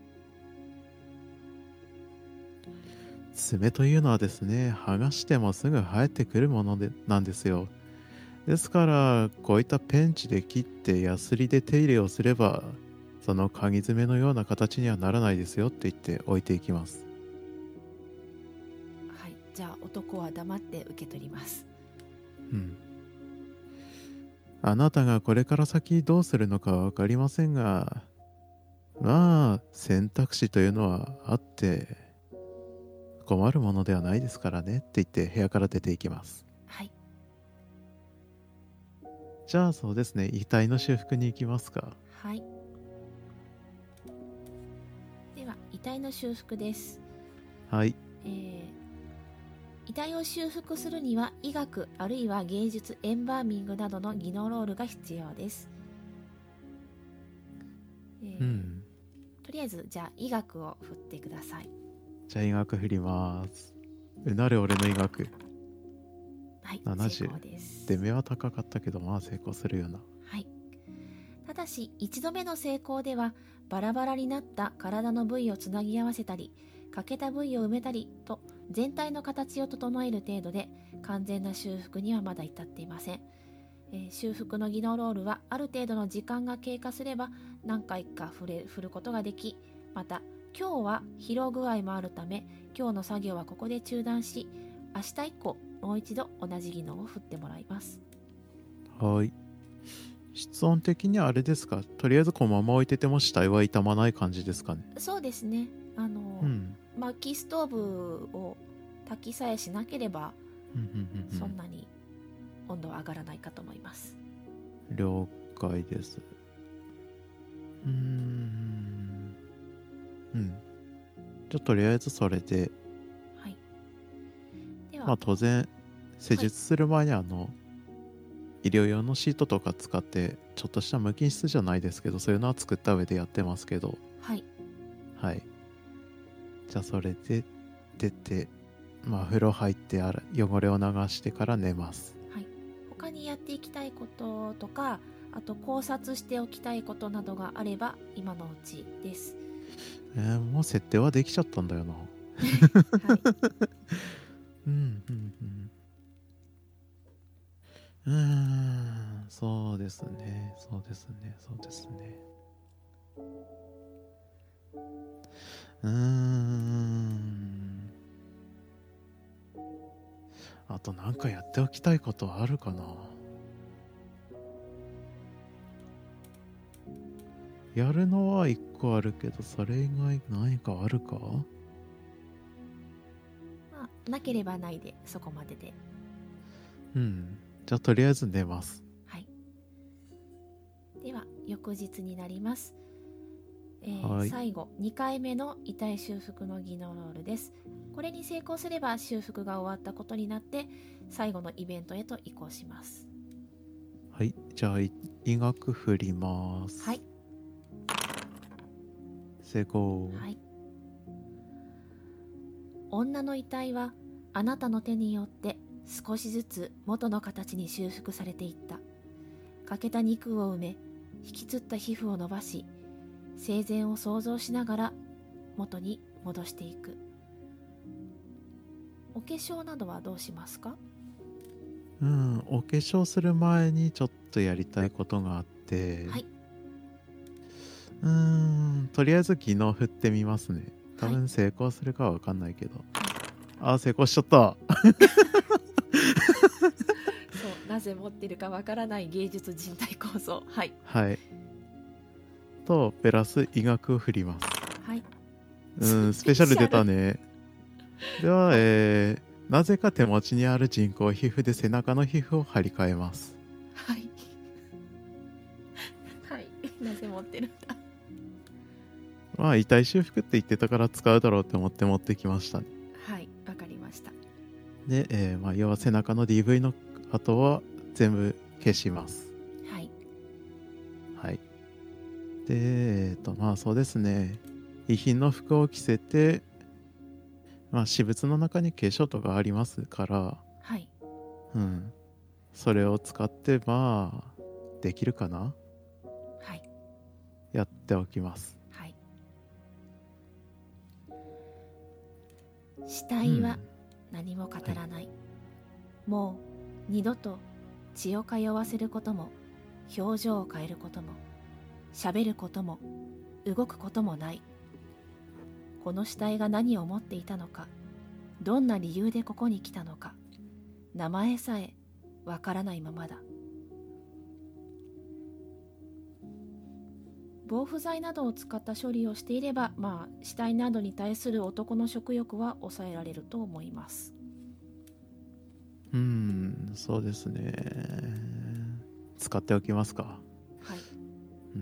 爪というのはですね剥がしてもすぐ生えてくるものでなんですよ。ですからこういったペンチで切ってヤスリで手入れをすればその鍵爪のような形にはならないですよって言って置いていきます。 はい。じゃあ男は黙って受け取ります。 うんあなたがこれから先どうするのかは分かりませんがまあ選択肢というのはあって困るものではないですからねって言って部屋から出ていきます。 はい。 じゃあそうですね遺体の修復に行きますか？ はい。では遺体の修復です。 はいえー遺体を修復するには医学あるいは芸術エンバーミングなどの技能ロールが必要です。 とりあえずじゃあ医学を振ってください。 じゃあ医学振ります。うなる俺の医学。 はいななじゅう成功です。 出目は高かったけど、まあ成功するよな。 はい。ただし一度目の成功ではバラバラになった体の部位をつなぎ合わせたり欠けた部位を埋めたりと全体の形を整える程度で完全な修復にはまだ至っていません。えー修復の技能ロールはある程度の時間が経過すれば何回か振れ振ることができ、また今日は疲労具合もあるため今日の作業はここで中断し、明日以降もう一度同じ技能を振ってもらいます。 はい。室温的にはあれですか、とりあえずこのまま置いてても死体は傷まない感じですかね。 そうですね。あの、 うん。 薪ストーブを焚きさえしなければうんうんうんうんそんなに温度は上がらないかと思います。 了解です。うーん。うん。じゃあとりあえずそれで、 はい。では、 まあ当然、施術する前にあの、医療用のシートとか使って、ちょっとした無菌室じゃないですけど、そういうのは作った上でやってますけど、 はい。 はい。じゃあそれで出て、まあ風呂入ってあら汚れを流してから寝ます。 はい。他にやっていきたいこととか、あと考察しておきたいことなどがあれば今のうちです。 えー、もう設定はできちゃったんだよな。 はい。 うんうんうん。うーん、そうですね、そうですね、そうですね。うーん。あとなんかやっておきたいことあるかな。やるのは一個あるけど、それ以外何かあるか。 まあ、なければないでそこまでで。 うん。じゃあとりあえず寝ます。 はい。では翌日になります。えーはい最後にかいめの遺体修復の技能ロールです。これに成功すれば修復が終わったことになって最後のイベントへと移行します。 はい。じゃあい医学振ります。 はい。 成功。 はい。女の遺体はあなたの手によって少しずつ元の形に修復されていった。欠けた肉を埋め、引きつった皮膚を伸ばし、生前を想像しながら元に戻していく。お化粧などはどうしますか？ うん。お化粧する前にちょっとやりたいことがあって、 はい。 うーん、とりあえず技能振ってみますね。多はい分成功するかは分かんないけど。あー、成功しちゃった。 そう、なぜ持ってるかわからない芸術人体構造。はい。 はい。と、プラス医学を振ります。 はい。 うん、スペシャル出たね。では、えー、なぜか手持ちにある人工皮膚で背中の皮膚を張り替えます。 はい。はい。なぜ持ってるんだ。 まあ、遺体修復って言ってたから使うだろうって思って持ってきましたね。 はい。わかりました。 で、えーまあ、要は背中の ディーブイ の跡は全部消します。 はい。 はい。で、えっと、まあそうですね。遺品の服を着せて、まあ私物の中に化粧とかありますから、 はい。 うん。それを使って、まあ、できるかな？ はい。 やっておきます。 はい。死体は何も語らない。もう二度と血を通わせることも、表情を変えることも、喋ることも、動くこともない。この死体が何を思っていたのか、どんな理由でここに来たのか、名前さえわからないままだ。防腐剤などを使った処理をしていれば、まあ、死体などに対する男の食欲は抑えられると思います。 うーん、そうですね。使っておきますか。 はい。 うん、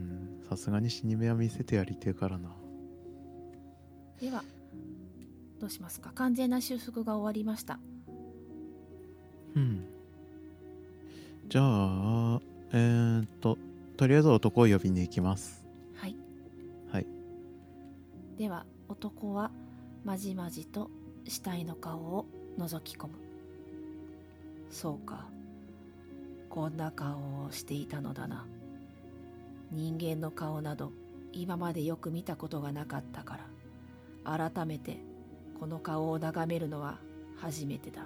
さすがに死に目は見せてやりてえからな。 では、どうしますか？完全な修復が終わりました。 うん。じゃあ、えー、っと、とりあえず男を呼びに行きます。 はい。 はい。 では男はまじまじと死体の顔を覗き込む。 そうか、こんな顔をしていたのだな。人間の顔など今までよく見たことがなかったから、改めてこの顔を眺めるのは初めてだ。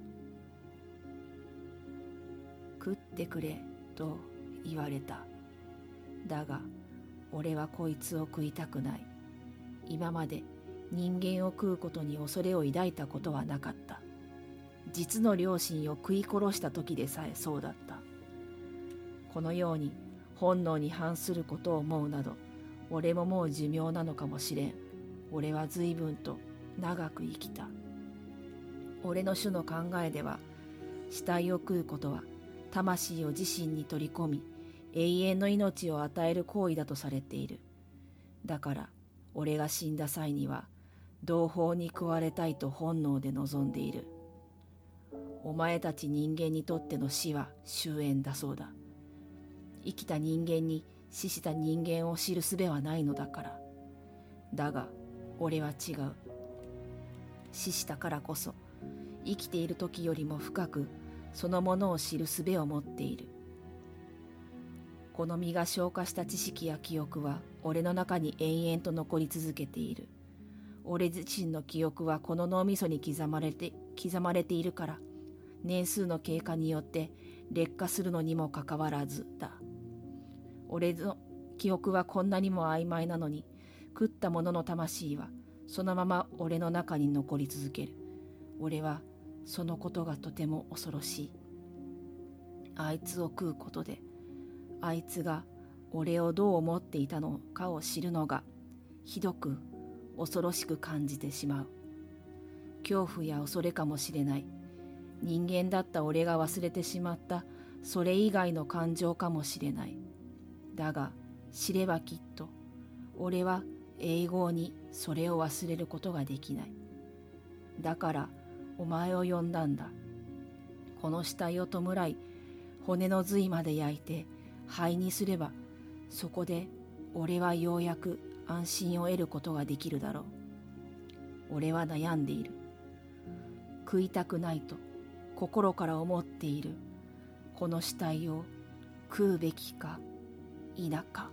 食ってくれと言われた。だが俺はこいつを食いたくない。今まで人間を食うことに恐れを抱いたことはなかった。実の両親を食い殺した時でさえそうだった。このように本能に反することを思うなど、俺ももう寿命なのかもしれん。俺は随分と長く生きた。俺の種の考えでは、死体を食うことは魂を自身に取り込み、永遠の命を与える行為だとされている。だから俺が死んだ際には同胞に食われたいと本能で望んでいる。お前たち人間にとっての死は終焉だそうだ。生きた人間に死した人間を知る術はないのだから。だが俺は違う。死したからこそ生きている時よりも深くそのものを知る術を持っている。この身が消化した知識や記憶は俺の中に延々と残り続けている。俺自身の記憶はこの脳みそに刻まれて刻まれているから、年数の経過によって劣化するのにもかかわらずだ。俺の記憶はこんなにも曖昧なのに、食った者の魂はそのまま俺の中に残り続ける。俺はそのことがとても恐ろしい。あいつを食うことで、あいつが俺をどう思っていたのかを知るのがひどく恐ろしく感じてしまう。恐怖や恐れかもしれない。人間だった俺が忘れてしまったそれ以外の感情かもしれない。だが知ればきっと俺は永遠にそれを忘れることができない。だからお前を呼んだんだ。この死体を弔い、骨の髄まで焼いて灰にすれば、そこで俺はようやく安心を得ることができるだろう。俺は悩んでいる。食いたくないと心から思っている。この死体を食うべきか否か。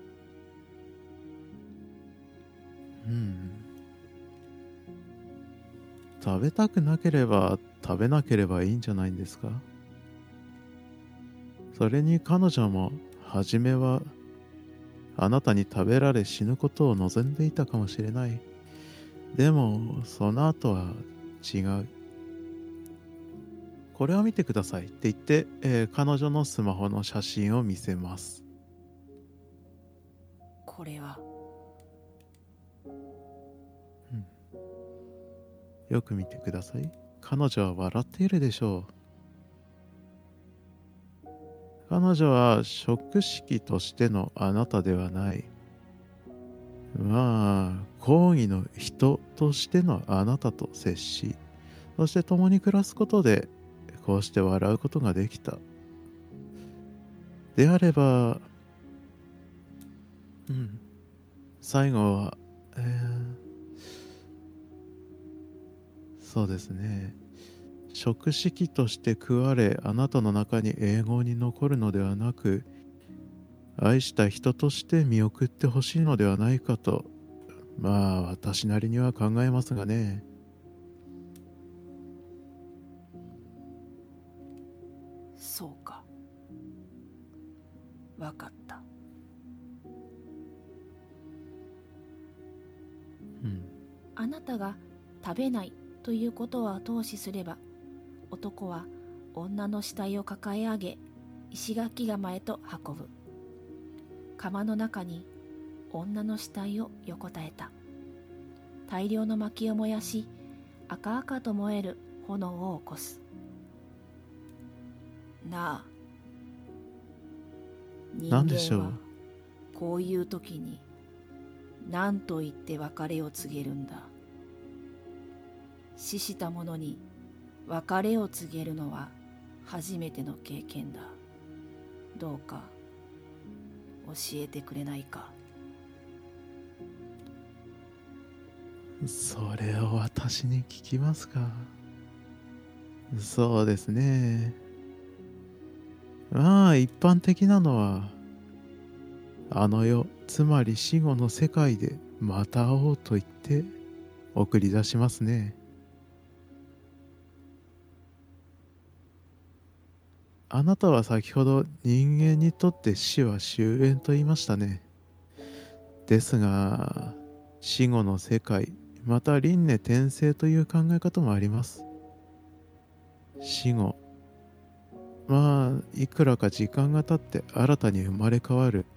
うん食べたくなければ食べなければいいんじゃないんですか。それに彼女も初めはあなたに食べられ死ぬことを望んでいたかもしれない。でもその後は違う。これを見てくださいって言って、えー彼女のスマホの写真を見せます。 これはよく見てください。彼女は笑っているでしょう。彼女は食式としてのあなたではない。まあ、講義の人としてのあなたと接し、そして共に暮らすことで、こうして笑うことができた。であれば、うん、最後は、えーそうですね。食式として食われ、あなたの中に永遠に残るのではなく、愛した人として見送ってほしいのではないかと、まあ私なりには考えますがね。 そうか。わかった。 うん。 あなたが食べないということを後押しすれば、男は女の死体を抱え上げ、石垣窯へと運ぶ。窯の中に女の死体を横たえた。大量の薪を燃やし、赤々と燃える炎を起こす。なあ、人何でしょう。 間はこういう時に何と言って別れを告げるんだ。死した者に別れを告げるのは初めての経験だ。どうか教えてくれないか。 それを私に聞きますか。そうですね。まあ一般的なのは、あの世、つまり死後の世界でまた会おうと言って送り出しますね。あなたは先ほど人間にとって死は終焉と言いましたね。ですが、死後の世界、また輪廻転生という考え方もあります。死後、まあ、いくらか時間が経って新たに生まれ変わる。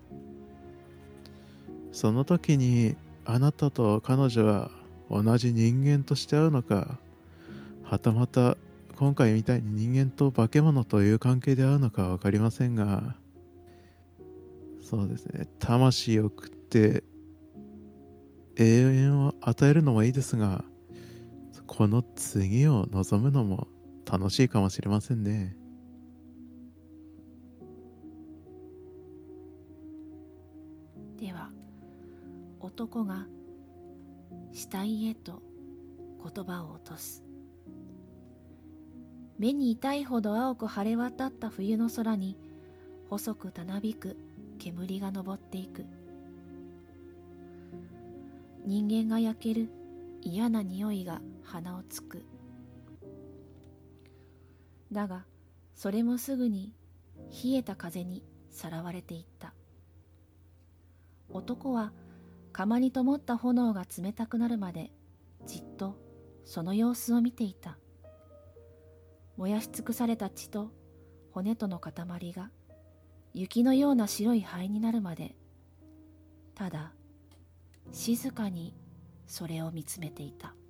その時に、あなたと彼女は同じ人間として会うのか、はたまた今回みたいに人間と化け物という関係で会うのかは分かりませんが、そうですね、魂を食って永遠を与えるのもいいですが、この次を望むのも楽しいかもしれませんね。 では男が死体へと言葉を落とす。目に痛いほど青く晴れ渡った冬の空に細くたなびく煙が昇っていく。人間が焼ける嫌な匂いが鼻をつく。だがそれもすぐに冷えた風にさらわれていった。男は窯に灯った炎が冷たくなるまでじっとその様子を見ていた。燃やし尽くされた血と骨との塊が雪のような白い灰になるまで、ただ静かにそれを見つめていた。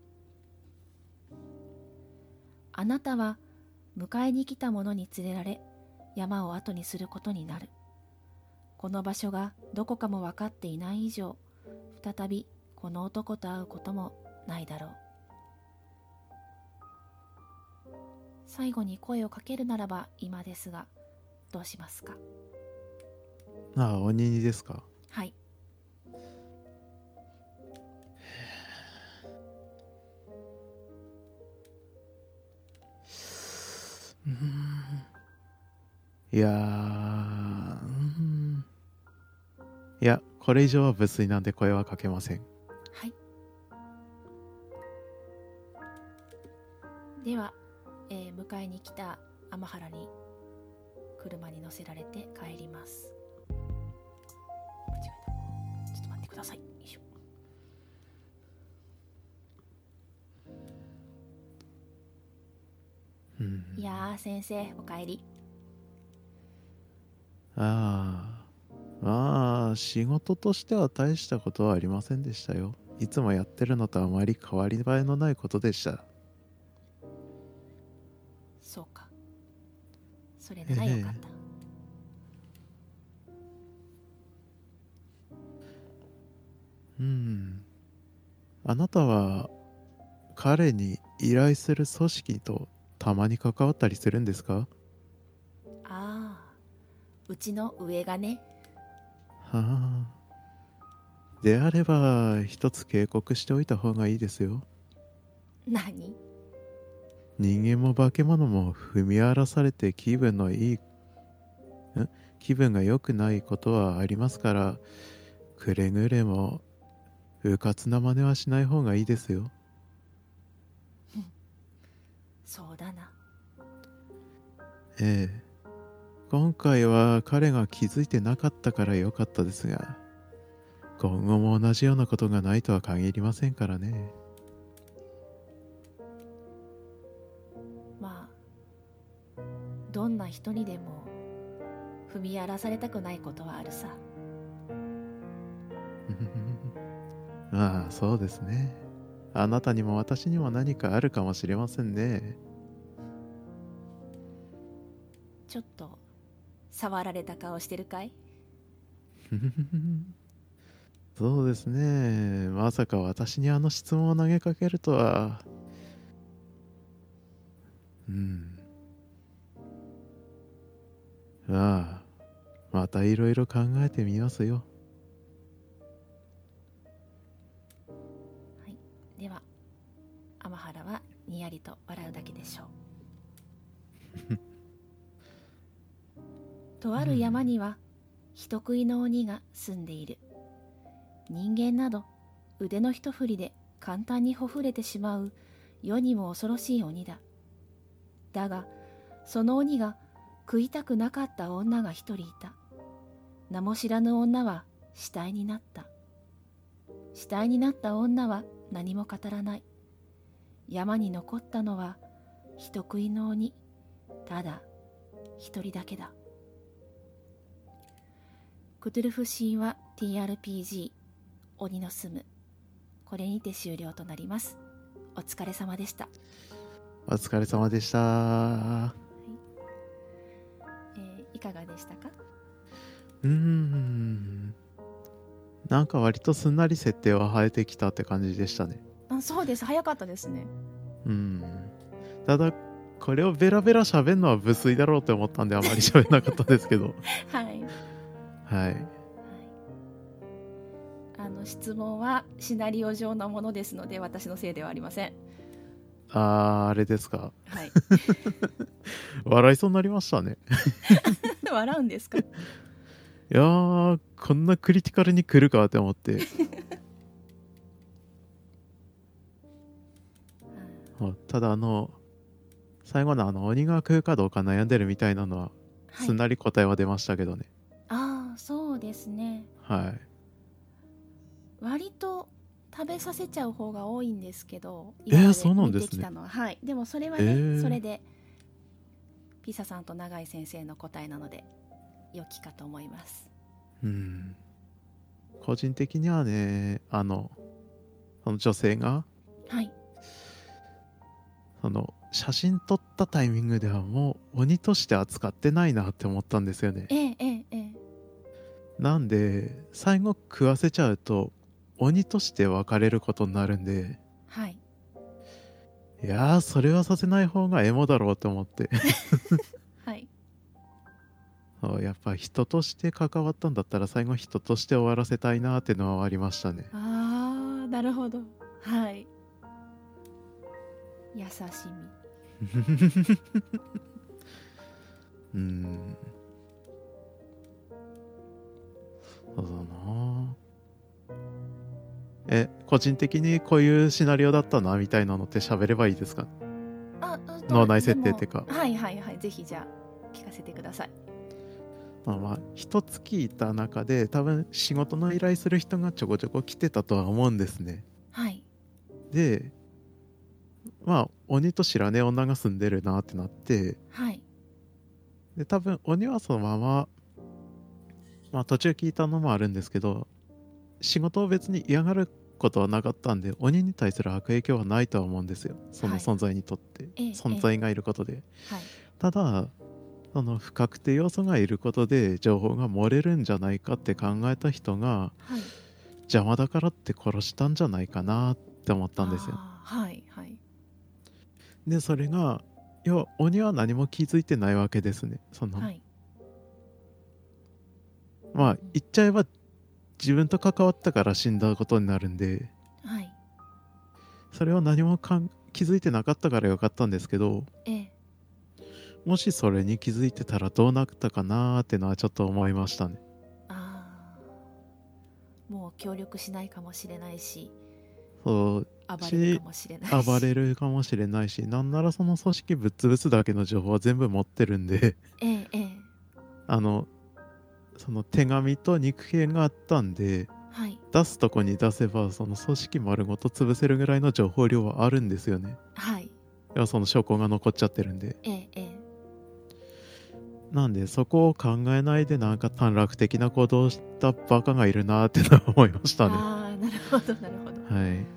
あなたは迎えに来た者に連れられ山を後にすることになる。この場所がどこかも分かっていない以上、再びこの男と会うこともないだろう。最後に声をかけるならば今ですが、どうしますか？ ああ、鬼にですか。 はい。 うーんいやー、うーんいや、これ以上は無粋なんで声はかけません。 はい。では、えー迎えに来た天原に車に乗せられて帰ります。間違えた。ちょっと待ってください。よいしょ。 うんいやー先生お帰り。 ああ、まあ、仕事としては大したことはありませんでしたよ。いつもやってるのとあまり変わり映えのないことでした。 そうか。それならよかった。 うん。あなたは彼に依頼する組織とたまに関わったりするんですか？ ああ、うちの上がね。 はあ。であれば一つ警告しておいた方がいいですよ。 何？ 人間も化け物も踏み荒らされて気分のいいん気分が良くないことはありますから、くれぐれもうかつな真似はしない方がいいですよ。 そうだな。 ええ。今回は彼が気づいてなかったから良かったですが、今後も同じようなことがないとは限りませんからね。 まあどんな人にでも踏み荒らされたくないことはあるさ。 まあそうですね。あなたにも私にも何かあるかもしれませんね。 ちょっと触られた顔してるかい？ そうですね。まさか私にあの質問を投げかけるとは。うん。ああ、またいろいろ考えてみますよ。 はい。 では天原はにやりと笑うだけでしょうとある山には人食いの鬼が住んでいる。人間など腕の一振りで簡単にほふれてしまう世にも恐ろしい鬼だ。だがその鬼が食いたくなかった女が一人いた。名も知らぬ女は死体になった。死体になった女は何も語らない。山に残ったのは人食いの鬼、ただ一人だけだ。クトゥルフ神話 ティーアールピージー 鬼の住む、これにて終了となります。お疲れ様でした。 お疲れ様でした。 えーいかがでしたか？ うーんなんか割とすんなり設定は生えてきたって感じでしたね。 あ、そうです、早かったですね。 うんただこれをベラベラ喋るのは無粋だろうって思ったんであまり喋らなかったですけどはいはいあの質問はシナリオ上のものですので私のせいではありません。 あーあれですか。 はい笑いそうになりましたね。 笑うんですか？ いやーこんなクリティカルに来るかって思ってあただあの最後のあの鬼が食うかどうか悩んでるみたいなのは、 はい、 すんなり答えは出ましたけどね。 ああそうですね。 はい割と食べさせちゃう方が多いんですけど、 えー今まそうなんですね見てきたのは、はい、でもそれはね、 えーそれでピサさんと永井先生の答えなので良きかと思います。 うん個人的にはねあのその女性がはいその写真撮ったタイミングではもう鬼として扱ってないなって思ったんですよね。 ええええええなんで最後食わせちゃうと鬼として別れることになるんで、 はいいやーそれはさせない方がエモだろうと思ってはいそうやっぱ人として関わったんだったら最後人として終わらせたいなーってのはありましたね。 ああなるほど、はい優しみうーんそうだなえ個人的にこういうシナリオだったなみたいなのって喋ればいいですか？ あ脳内設定ってかでもはいはいはい、ぜひじゃあ聞かせてください。 まあまあ一つ聞いた中で多分仕事の依頼する人がちょこちょこ来てたとは思うんですね。 はいでまあ鬼と知らねえ女が住んでるなってなって、 はいで多分鬼はそのまままあ途中聞いたのもあるんですけど仕事を別に嫌がることはなかったんで鬼に対する悪影響はないとは思うんですよ、その存在にとって、 ええ存在がいることで、 はいただその不確定要素がいることで情報が漏れるんじゃないかって考えた人がはい邪魔だからって殺したんじゃないかなって思ったんですよ。 あーはいはいでそれが要は鬼は何も気づいてないわけですね。その、 はいまあ言っちゃえば自分と関わったから死んだことになるんで、 はいそれを何もかん気づいてなかったからよかったんですけど、 ええもしそれに気づいてたらどうなったかなーってのはちょっと思いましたね。 ああもう協力しないかもしれないしそう暴れるかもしれないし暴れるかもしれないし、なんならその組織ぶっ潰すだけの情報は全部持ってるんでええええあのその手紙と肉片があったんではい出すとこに出せばその組織丸ごと潰せるぐらいの情報量はあるんですよね。 はいいやその証拠が残っちゃってるんで、 ええええなんでそこを考えないでなんか短絡的な行動をしたバカがいるなーってのは思いましたね。 ああなるほどなるほどはいはい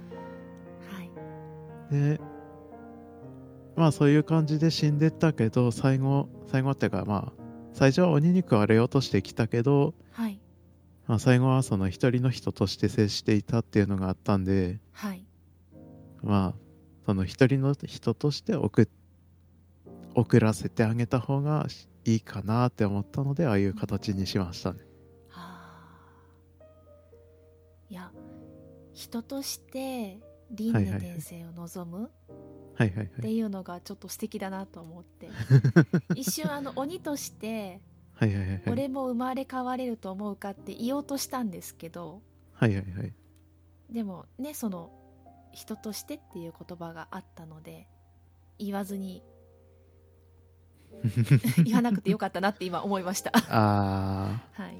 でまあそういう感じで死んでったけど最後最後っていうかまあ最初は鬼に食われようとしてきたけど、 はいまあ、最後はその一人の人として接していたっていうのがあったんで、 はいまあその一人の人として送送らせてあげた方がいいかなって思ったのでああいう形にしましたね。 はあいや人として輪廻転生を望むはいはいはい。 っていうのがちょっと素敵だなと思って一瞬あの鬼としてはいはいはいはい。 俺も生まれ変われると思うかって言おうとしたんですけど、 はいはいはい。 でもねその人としてっていう言葉があったので言わずに言わなくてよかったなって今思いましたあはい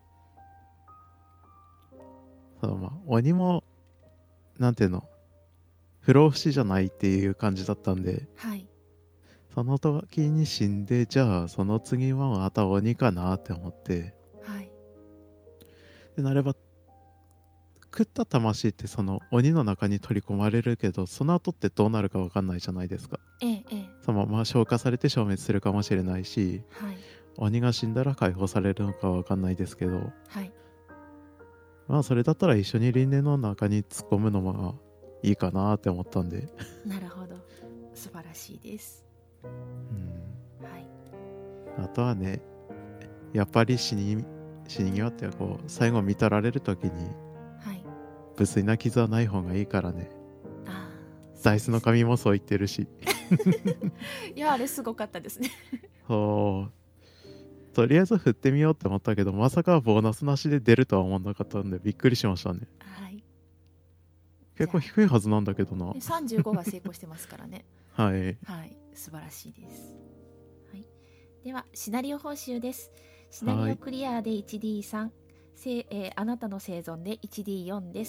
ー、そうまあ、鬼も、なんていうの、不老不死じゃないっていう感じだったんで、 はいその時に死んで、じゃあその次はまた鬼かなって思って、 はいでなれば、食った魂ってその鬼の中に取り込まれるけど、その後ってどうなるか分かんないじゃないですか。 ええええそのまま消化されて消滅するかもしれないし、 はい鬼が死んだら解放されるのか分かんないですけど、 はいまあそれだったら一緒に輪廻の中に突っ込むのもいいかなって思ったんで、 なるほど素晴らしいですうん、 はいあとはね、やっぱり死に死に際ってこう最後見とられる時にはい無粋な傷はない方がいいからね。 あーダイスの神もそう言ってるしいやあれすごかったですねそうとりあえず振ってみようって思ったけど、まさかボーナスなしで出るとは思わなかったんでびっくりしましたね。 はい結構低いはずなんだけどな。 でさんじゅうごが成功してますからねはいはい素晴らしいです、はい、ではシナリオ報酬です。シナリオクリアで いちディースリー、せいえーあなたの生存で いちディーフォー です。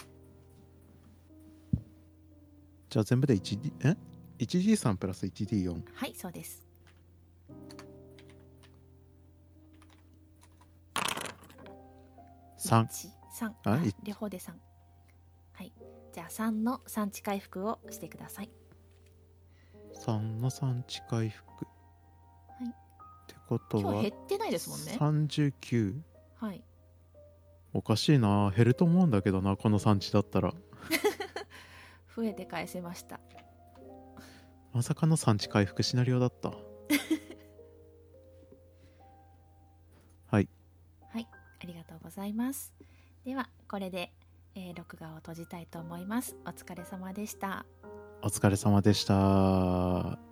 じゃあ全部で いちディー え いちディースリー プラス いちディーフォー。 はいそうです。 さん。 いち さんああい両方でさん。はいじゃあさんの産地回復をしてください。 さんの産地回復。 はいってことは今日減ってないですもんね。 さんじゅうきゅう。 はいおかしいな、減ると思うんだけどな、この産地だったら。 増えて返せました。 まさかの産地回復シナリオだった。はいはいありがとうございます。ではこれで、えー録画を閉じたいと思います。お疲れ様でした。 お疲れ様でした。